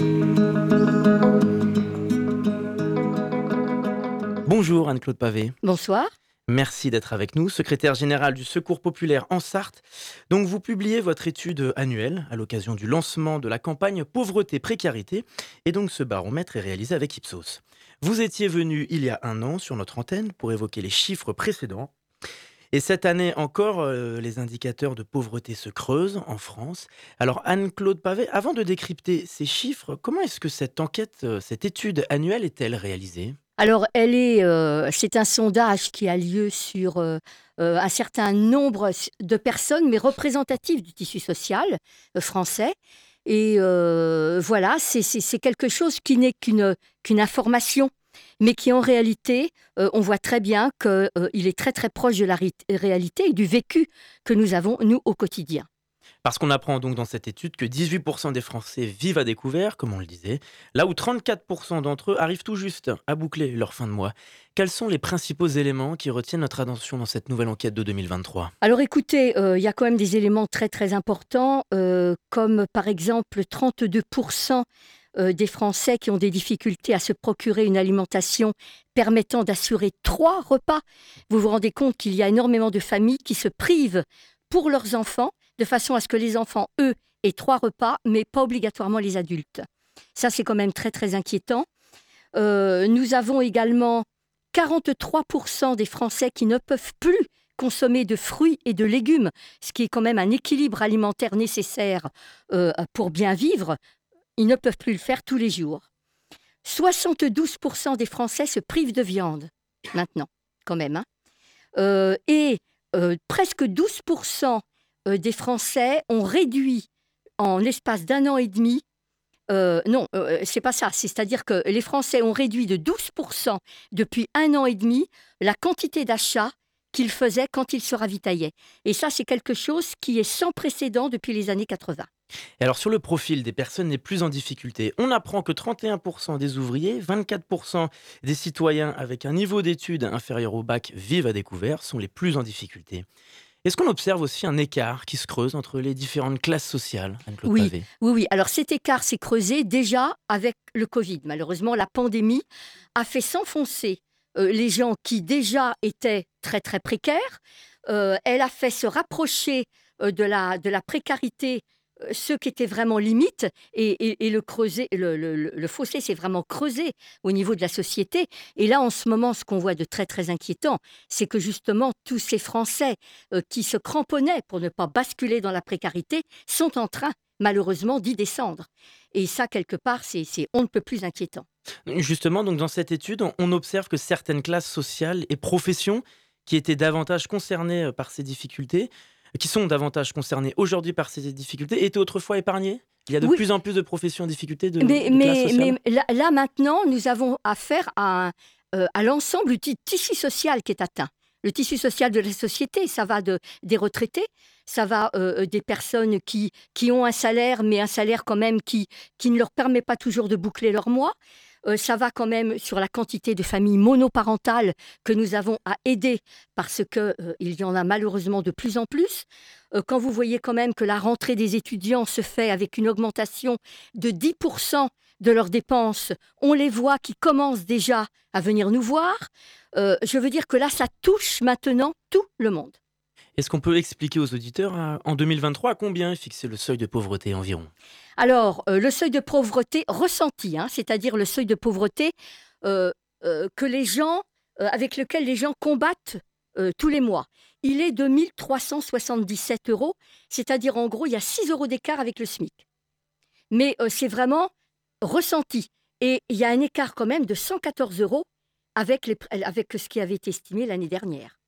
Bonjour Anne-Claude Pavé. Bonsoir. Merci d'être avec nous, secrétaire générale du Secours populaire en Sarthe. Donc vous publiez votre étude annuelle à l'occasion du lancement de la campagne Pauvreté-Précarité et donc ce baromètre est réalisé avec Ipsos. Vous étiez venu il y a un an sur notre antenne pour évoquer les chiffres précédents. Et cette année encore, euh, les indicateurs de pauvreté se creusent en France. Alors Anne-Claude Pavé, avant de décrypter ces chiffres, comment est-ce que cette enquête, euh, cette étude annuelle est-elle réalisée ? Alors, elle est, euh, c'est un sondage qui a lieu sur euh, euh, un certain nombre de personnes, mais représentatives du tissu social euh, français. Et euh, voilà, c'est, c'est, c'est quelque chose qui n'est qu'une, qu'une information, mais qui en réalité, euh, on voit très bien qu'il euh, est très très proche de la ré- réalité et du vécu que nous avons, nous, au quotidien. Parce qu'on apprend donc dans cette étude que dix-huit pour cent des Français vivent à découvert, comme on le disait, là où trente-quatre pour cent d'entre eux arrivent tout juste à boucler leur fin de mois. Quels sont les principaux éléments qui retiennent notre attention dans cette nouvelle enquête de deux mille vingt-trois ? Alors écoutez, il euh, y a quand même des éléments très très importants, euh, comme par exemple trente-deux pour cent euh, des Français qui ont des difficultés à se procurer une alimentation permettant d'assurer trois repas. Vous vous rendez compte qu'il y a énormément de familles qui se privent pour leurs enfants, de façon à ce que les enfants, eux, aient trois repas, mais pas obligatoirement les adultes. Ça, c'est quand même très, très inquiétant. Euh, nous avons également quarante-trois pour cent des Français qui ne peuvent plus consommer de fruits et de légumes, ce qui est quand même un équilibre alimentaire nécessaire euh, pour bien vivre. Ils ne peuvent plus le faire tous les jours. soixante-douze pour cent des Français se privent de viande, maintenant, quand même. Hein. Euh, et euh, presque douze pour cent des Français ont réduit en l'espace d'un an et demi, euh, non, euh, c'est pas ça, c'est-à-dire que les Français ont réduit de douze pour cent depuis un an et demi la quantité d'achats qu'ils faisaient quand ils se ravitaillaient. Et ça, c'est quelque chose qui est sans précédent depuis les années quatre-vingts. Et alors sur le profil des personnes les plus en difficulté, on apprend que trente et un pour cent des ouvriers, vingt-quatre pour cent des citoyens avec un niveau d'études inférieur au bac vivent à découvert, sont les plus en difficulté. Est-ce qu'on observe aussi un écart qui se creuse entre les différentes classes sociales, Anne-Claude oui, Pavé ? Oui, oui. Alors cet écart s'est creusé déjà avec le Covid. Malheureusement, la pandémie a fait s'enfoncer euh, les gens qui déjà étaient très, très précaires. Euh, elle a fait se rapprocher euh, de, la, de la précarité euh, ceux qui étaient vraiment limites et, et, et le, creuser, le, le, le, le fossé s'est vraiment creusé au niveau de la société. Et là, en ce moment, ce qu'on voit de très, très inquiétant, c'est que justement, tous ces Français euh, qui se cramponnaient pour ne pas basculer dans la précarité sont en train, malheureusement, d'y descendre. Et ça, quelque part, c'est, c'est on ne peut plus inquiétant. Justement, donc dans cette étude, on observe que certaines classes sociales et professions qui étaient davantage concernées par ces difficultés, qui sont davantage concernées aujourd'hui par ces difficultés, étaient autrefois épargnées ? Il y a de oui. plus en plus de professions en difficulté de, mais, de mais, classes sociales ? Mais là, là, maintenant, nous avons affaire à, euh, à l'ensemble du tissu social qui est atteint. Le tissu social de la société, ça va de, des retraités, ça va euh, des personnes qui, qui ont un salaire, mais un salaire quand même qui, qui ne leur permet pas toujours de boucler leur mois. Euh, ça va quand même sur la quantité de familles monoparentales que nous avons à aider parce qu'il euh, y en a malheureusement de plus en plus. Euh, quand vous voyez quand même que la rentrée des étudiants se fait avec une augmentation de dix pour cent de leurs dépenses, on les voit qui commencent déjà à venir nous voir. Euh, je veux dire que là, ça touche maintenant tout le monde. Est-ce qu'on peut expliquer aux auditeurs, à, en deux mille vingt-trois, à combien est fixé le seuil de pauvreté environ ? Alors, euh, le seuil de pauvreté ressenti, hein, c'est-à-dire le seuil de pauvreté euh, euh, que les gens, euh, avec lequel les gens combattent euh, tous les mois, il est de mille trois cent soixante-dix-sept euros, c'est-à-dire en gros, il y a six euros d'écart avec le SMIC. Mais euh, c'est vraiment ressenti. Et il y a un écart quand même de cent quatorze euros avec, les, avec ce qui avait été estimé l'année dernière.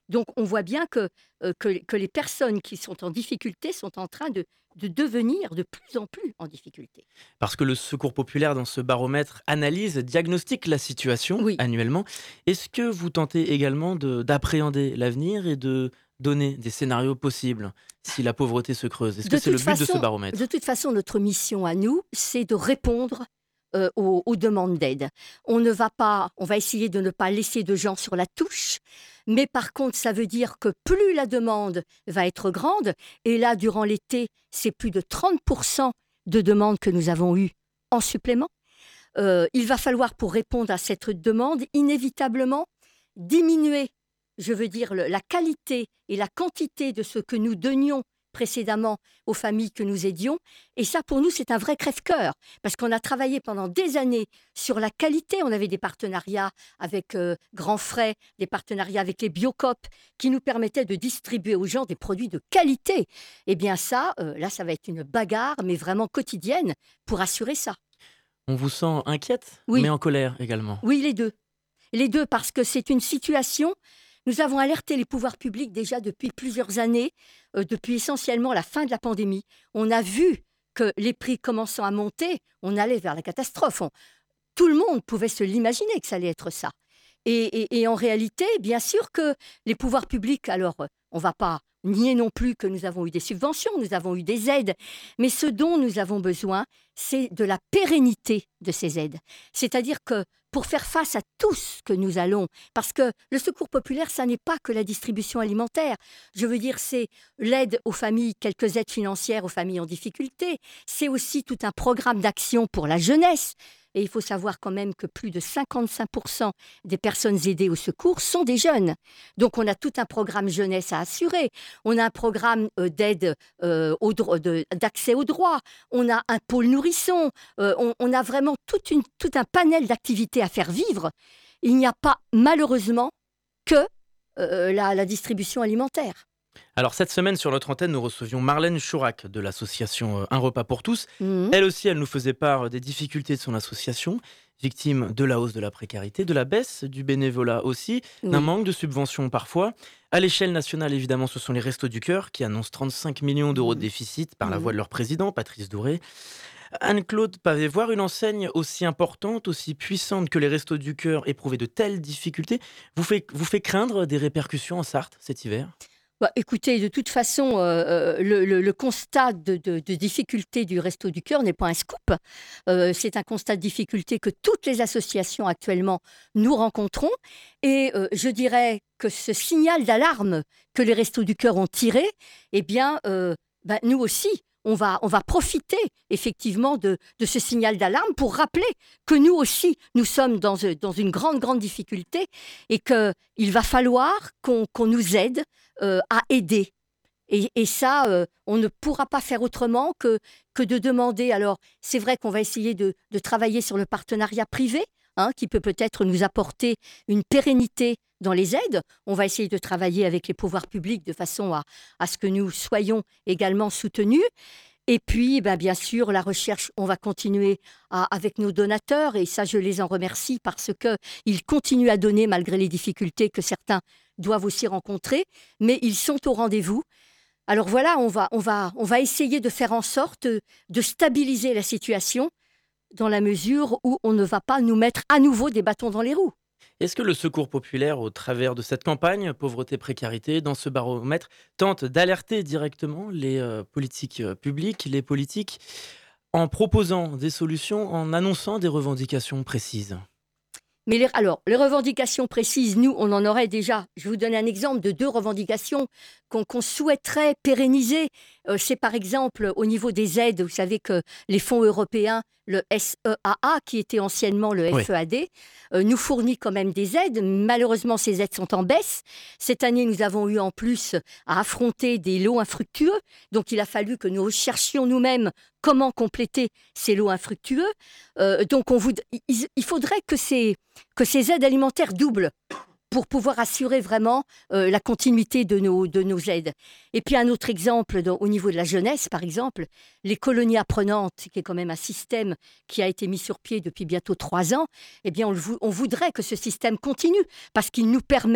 Donc on voit bien que, euh, que, que les personnes qui sont en difficulté sont en train de, de devenir de plus en plus en difficulté. Parce que le Secours populaire, dans ce baromètre, analyse, diagnostique la situation Oui. annuellement. Est-ce que vous tentez également de- d'appréhender l'avenir et de donner des scénarios possibles si la pauvreté se creuse? Est-ce que De c'est le toute but de ce façon- baromètre? De toute façon, notre mission à nous, c'est de répondre euh, aux, aux demandes d'aide. On ne va pas, on va essayer de ne pas laisser de gens sur la touche, mais par contre, ça veut dire que plus la demande va être grande, et là, durant l'été, c'est plus de trente pour cent de demandes que nous avons eues en supplément. Euh, il va falloir, pour répondre à cette demande, inévitablement diminuer, je veux dire, le- la qualité et la quantité de ce que nous donnions précédemment aux familles que nous aidions. Et ça, pour nous, c'est un vrai crève-cœur, parce qu'on a travaillé pendant des années sur la qualité. On avait des partenariats avec euh, Grands Frais, des partenariats avec les Biocoop, qui nous permettaient de distribuer aux gens des produits de qualité. Eh bien ça, euh, là, ça va être une bagarre, mais vraiment quotidienne, pour assurer ça. On vous sent inquiète, Oui. mais en colère également. Oui, les deux. Les deux, parce que c'est une situation. Nous avons alerté les pouvoirs publics déjà depuis plusieurs années, euh, depuis essentiellement la fin de la pandémie. On a vu que les prix commençant à monter, on allait vers la catastrophe. On- tout le monde pouvait se l'imaginer que ça allait être ça. Et, et- et en réalité, bien sûr que les pouvoirs publics, alors euh, on ne va pas nier non plus que nous avons eu des subventions, nous avons eu des aides, mais ce dont nous avons besoin, c'est de la pérennité de ces aides. C'est-à-dire que pour faire face à tout ce que nous allons, parce que le secours populaire, ça n'est pas que la distribution alimentaire. Je veux dire, c'est l'aide aux familles, quelques aides financières aux familles en difficulté. C'est aussi tout un programme d'action pour la jeunesse. Et il faut savoir quand même que plus de cinquante-cinq pour cent des personnes aidées au secours sont des jeunes. Donc on a tout un programme jeunesse à assurer. On a un programme euh, d'aide euh, au dro- de- d'accès aux droits. On a un pôle nourrisson. Euh, on, on a vraiment toute une, tout un panel d'activités à faire vivre. Il n'y a pas malheureusement que euh, la, la distribution alimentaire. Alors cette semaine sur notre antenne, nous recevions Marlène Chourac de l'association euh, Un repas pour tous. Mhm. Elle aussi, elle nous faisait part des difficultés de son association, victime de la hausse de la précarité, de la baisse du bénévolat aussi, Oui. d'un manque de subventions parfois. À l'échelle nationale, évidemment, ce sont les Restos du Cœur qui annoncent trente-cinq millions d'euros de déficit par la Mhm. voix de leur président, Patrice Douré. Anne-Claude Pavé, voir une enseigne aussi importante, aussi puissante que les Restos du Cœur éprouver de telles difficultés, vous fait, vous fait craindre des répercussions en Sarthe cet hiver? Bah, écoutez, de toute façon, euh, euh, le, le- le constat de, de, de difficulté du Resto du Cœur n'est pas un scoop. Euh, c'est un constat de difficulté que toutes les associations actuellement nous rencontrons. Et euh, je dirais que ce signal d'alarme que les Restos du Cœur ont tiré, eh bien, euh, bah, nous aussi, on va, on va profiter effectivement de, de ce signal d'alarme pour rappeler que nous aussi, nous sommes dans, euh, dans une grande, grande difficulté et qu'il va falloir qu'on qu'on nous aide euh, à aider. Et, et ça, euh, on ne pourra pas faire autrement que, que de demander. Alors, c'est vrai qu'on va essayer de, de travailler sur le partenariat privé, hein, qui peut peut-être nous apporter une pérennité dans les aides. On va essayer de travailler avec les pouvoirs publics de façon à, à ce que nous soyons également soutenus. Et puis, ben, bien sûr, la recherche, on va continuer à- avec nos donateurs, et ça, je les en remercie parce qu'ils continuent à donner malgré les difficultés que certains doivent aussi rencontrer, mais ils sont au rendez-vous. Alors voilà, on va, on va, on va essayer de faire en sorte de stabiliser la situation dans la mesure où on ne va pas nous mettre à nouveau des bâtons dans les roues. Est-ce que le Secours populaire, au travers de cette campagne pauvreté-précarité, dans ce baromètre, tente d'alerter directement les euh, politiques euh, publiques, les politiques, en proposant des solutions, en annonçant des revendications précises? Mais les, alors, les revendications précises, nous, on en aurait déjà. Je vais vous donner un exemple de deux revendications qu'on qu'on souhaiterait pérenniser. Euh, c'est par exemple au niveau des aides, vous savez que les fonds européens, le S E A A, qui était anciennement le Oui. F E A D, euh, nous fournit quand même des aides. Malheureusement, ces aides sont en baisse. Cette année, nous avons eu en plus à affronter des lots infructueux. Donc, il a fallu que nous recherchions nous-mêmes comment compléter ces lots infructueux. Euh, donc, on voud- il, il faudrait que ces, que ces aides alimentaires doublent pour pouvoir assurer vraiment euh, la continuité de nos, de nos aides. Et puis un autre exemple, dans- au niveau de la jeunesse, par exemple, les colonies apprenantes, qui est quand même un système qui a été mis sur pied depuis bientôt trois ans, eh bien on, le vou- on voudrait que ce système continue, parce qu'il nous permet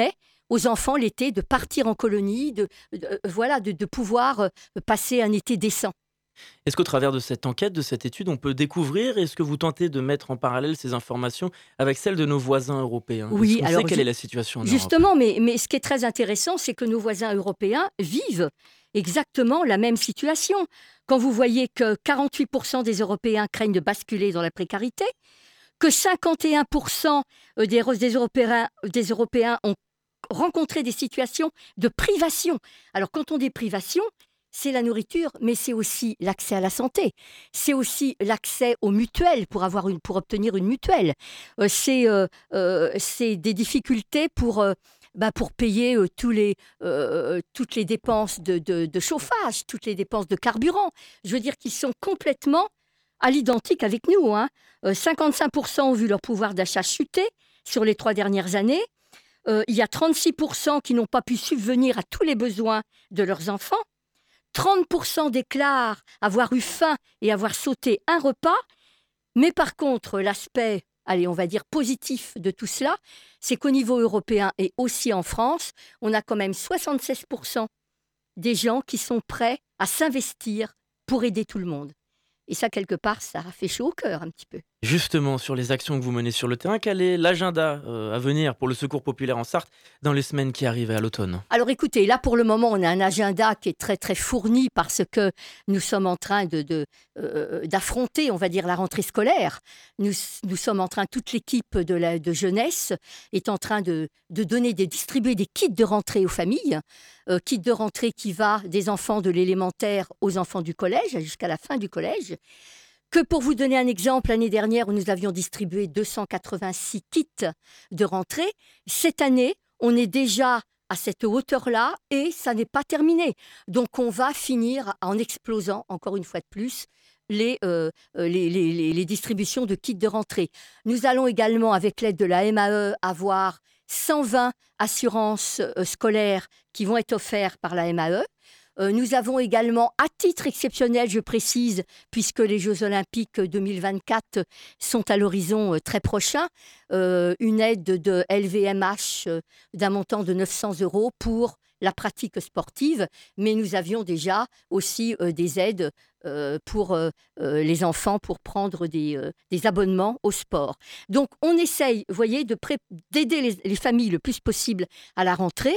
aux enfants l'été de partir en colonie, de, de, euh, voilà, de, de pouvoir euh, passer un été décent. Est-ce qu'au travers de cette enquête, de cette étude, on peut découvrir, est-ce que vous tentez de mettre en parallèle ces informations avec celles de nos voisins européens? Oui, Est-ce qu'on alors sait quelle ju- est la situation en Europe? Justement, mais, mais ce qui est très intéressant, c'est que nos voisins européens vivent exactement la même situation. Quand vous voyez que quarante-huit pour cent des Européens craignent de basculer dans la précarité, que cinquante et un pour cent des, des, Européens, des Européens ont rencontré des situations de privation. Alors quand on dit privation, c'est la nourriture, mais c'est aussi l'accès à la santé. C'est aussi l'accès aux mutuelles pour, avoir une, pour obtenir une mutuelle. Euh, c'est, euh, euh, c'est des difficultés pour, euh, bah, pour payer euh, tous les, euh, toutes les dépenses de, de, de chauffage, toutes les dépenses de carburant. Je veux dire qu'ils sont complètement à l'identique avec nous. Hein. Euh, cinquante-cinq pour cent ont vu leur pouvoir d'achat chuter sur les trois dernières années. Euh, il y a trente-six pour cent qui n'ont pas pu subvenir à tous les besoins de leurs enfants. trente pour cent déclarent avoir eu faim et avoir sauté un repas. Mais par contre, l'aspect, allez, on va dire positif de tout cela, c'est qu'au niveau européen et aussi en France, on a quand même soixante-seize pour cent des gens qui sont prêts à s'investir pour aider tout le monde. Et ça, quelque part, ça fait chaud au cœur un petit peu. Justement, sur les actions que vous menez sur le terrain, quel est l'agenda euh, à venir pour le Secours populaire en Sarthe dans les semaines qui arrivent à l'automne? Alors écoutez, là pour le moment, on a un agenda qui est très très fourni parce que nous sommes en train de, de, euh, d'affronter, on va dire, la rentrée scolaire. Nous, nous sommes en train, toute l'équipe de, la, de jeunesse est en train de, de donner, de distribuer des kits de rentrée aux familles. Euh, kits de rentrée qui va des enfants de l'élémentaire aux enfants du collège, jusqu'à la fin du collège. Que pour vous donner un exemple, l'année dernière, nous avions distribué deux cent quatre-vingt-six kits de rentrée. Cette année, on est déjà à cette hauteur-là et ça n'est pas terminé. Donc, on va finir en explosant, encore une fois de plus, les, euh, les, les, les, les distributions de kits de rentrée. Nous allons également, avec l'aide de la M A E, avoir cent vingt assurances euh, scolaires qui vont être offertes par la M A E. Euh, nous avons également, à titre exceptionnel, je précise, puisque les Jeux Olympiques deux mille vingt-quatre sont à l'horizon euh, très prochain, euh, une aide de L V M H euh, d'un montant de neuf cents euros pour la pratique sportive, mais nous avions déjà aussi euh, des aides euh, pour euh, euh, les enfants pour prendre des, euh, des abonnements au sport. Donc on essaye, vous voyez, de pré- d'aider les, les familles le plus possible à la rentrée.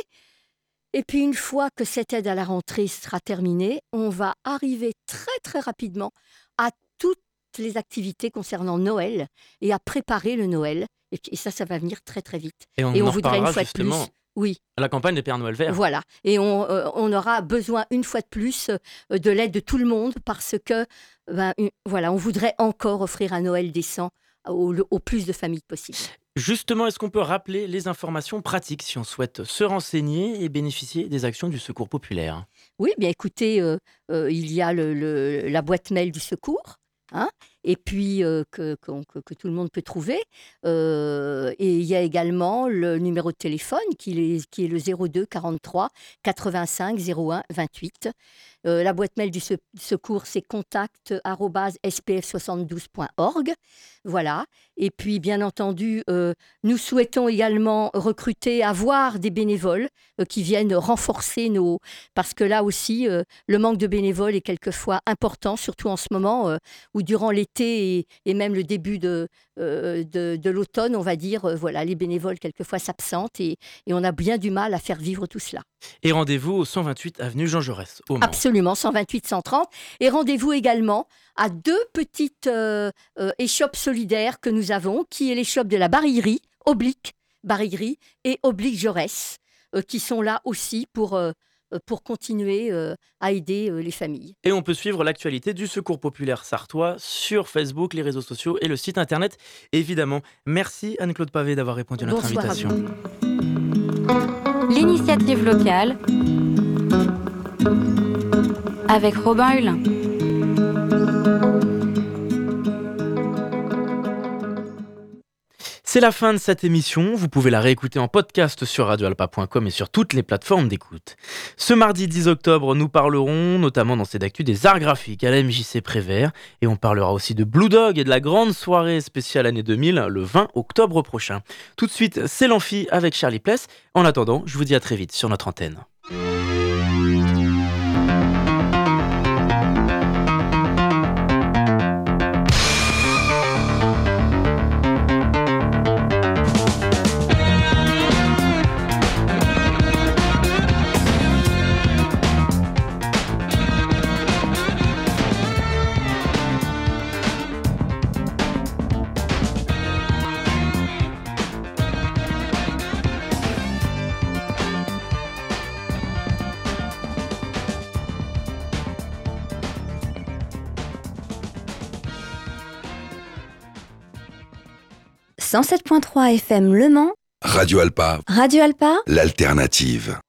Et puis une fois que cette aide à la rentrée sera terminée, on va arriver très très rapidement à toutes les activités concernant Noël et à préparer le Noël. Et, et ça, ça va venir très très vite. Et on, et on en voudrait une fois de justement plus. Oui. À la campagne des Pères Noël verts. Voilà. Et on, euh, on aura besoin une fois de plus euh, de l'aide de tout le monde parce que ben, une, voilà, on voudrait encore offrir un Noël décent au, au plus de familles possible. Justement, est-ce qu'on peut rappeler les informations pratiques si on souhaite se renseigner et bénéficier des actions du Secours populaire? Oui, bien écoutez, euh, euh, il y a le, le, la boîte mail du Secours. Hein, et puis euh, que, que, que tout le monde peut trouver. Euh, et il y a également le numéro de téléphone qui est, qui est le zéro deux quarante-trois quatre-vingt-cinq zéro un vingt-huit. Euh, la boîte mail du secours, c'est contact arobase s p f soixante-douze point org. Voilà. Et puis, bien entendu, euh, nous souhaitons également recruter, avoir des bénévoles euh, qui viennent renforcer nos... Parce que là aussi, euh, le manque de bénévoles est quelquefois important, surtout en ce moment euh, où durant l'été et, et même le début de, euh, de, de l'automne, on va dire, euh, voilà, les bénévoles quelquefois s'absentent et, et on a bien du mal à faire vivre tout cela. Et rendez-vous au cent vingt-huit avenue Jean Jaurès, au Mans. Absolument, cent vingt-huit cent trente. Et rendez-vous également à deux petites euh, euh, échoppes solidaires que nous avons, qui est l'échoppe de la Barillerie, Oblique Barillerie et Oblique Jaurès, euh, qui sont là aussi pour... Euh, pour continuer euh, à aider euh, les familles. Et on peut suivre l'actualité du Secours populaire sartois sur Facebook, les réseaux sociaux et le site internet, évidemment. Merci Anne-Claude Pavé d'avoir répondu à notre Bonsoir invitation. À vous. L'initiative locale avec Robin Hulin. C'est C'est la fin de cette émission, vous pouvez la réécouter en podcast sur radio alpa point com et sur toutes les plateformes d'écoute. Ce mardi dix octobre, nous parlerons notamment dans cette actu des arts graphiques à la M J C Prévert et on parlera aussi de Blue Dog et de la grande soirée spéciale année deux mille le vingt octobre prochain. Tout de suite, c'est l'Amphi avec Charlie Pless. En attendant, je vous dis à très vite sur notre antenne. cent sept point trois F M Le Mans, Radio Alpa, Radio Alpa, l'alternative.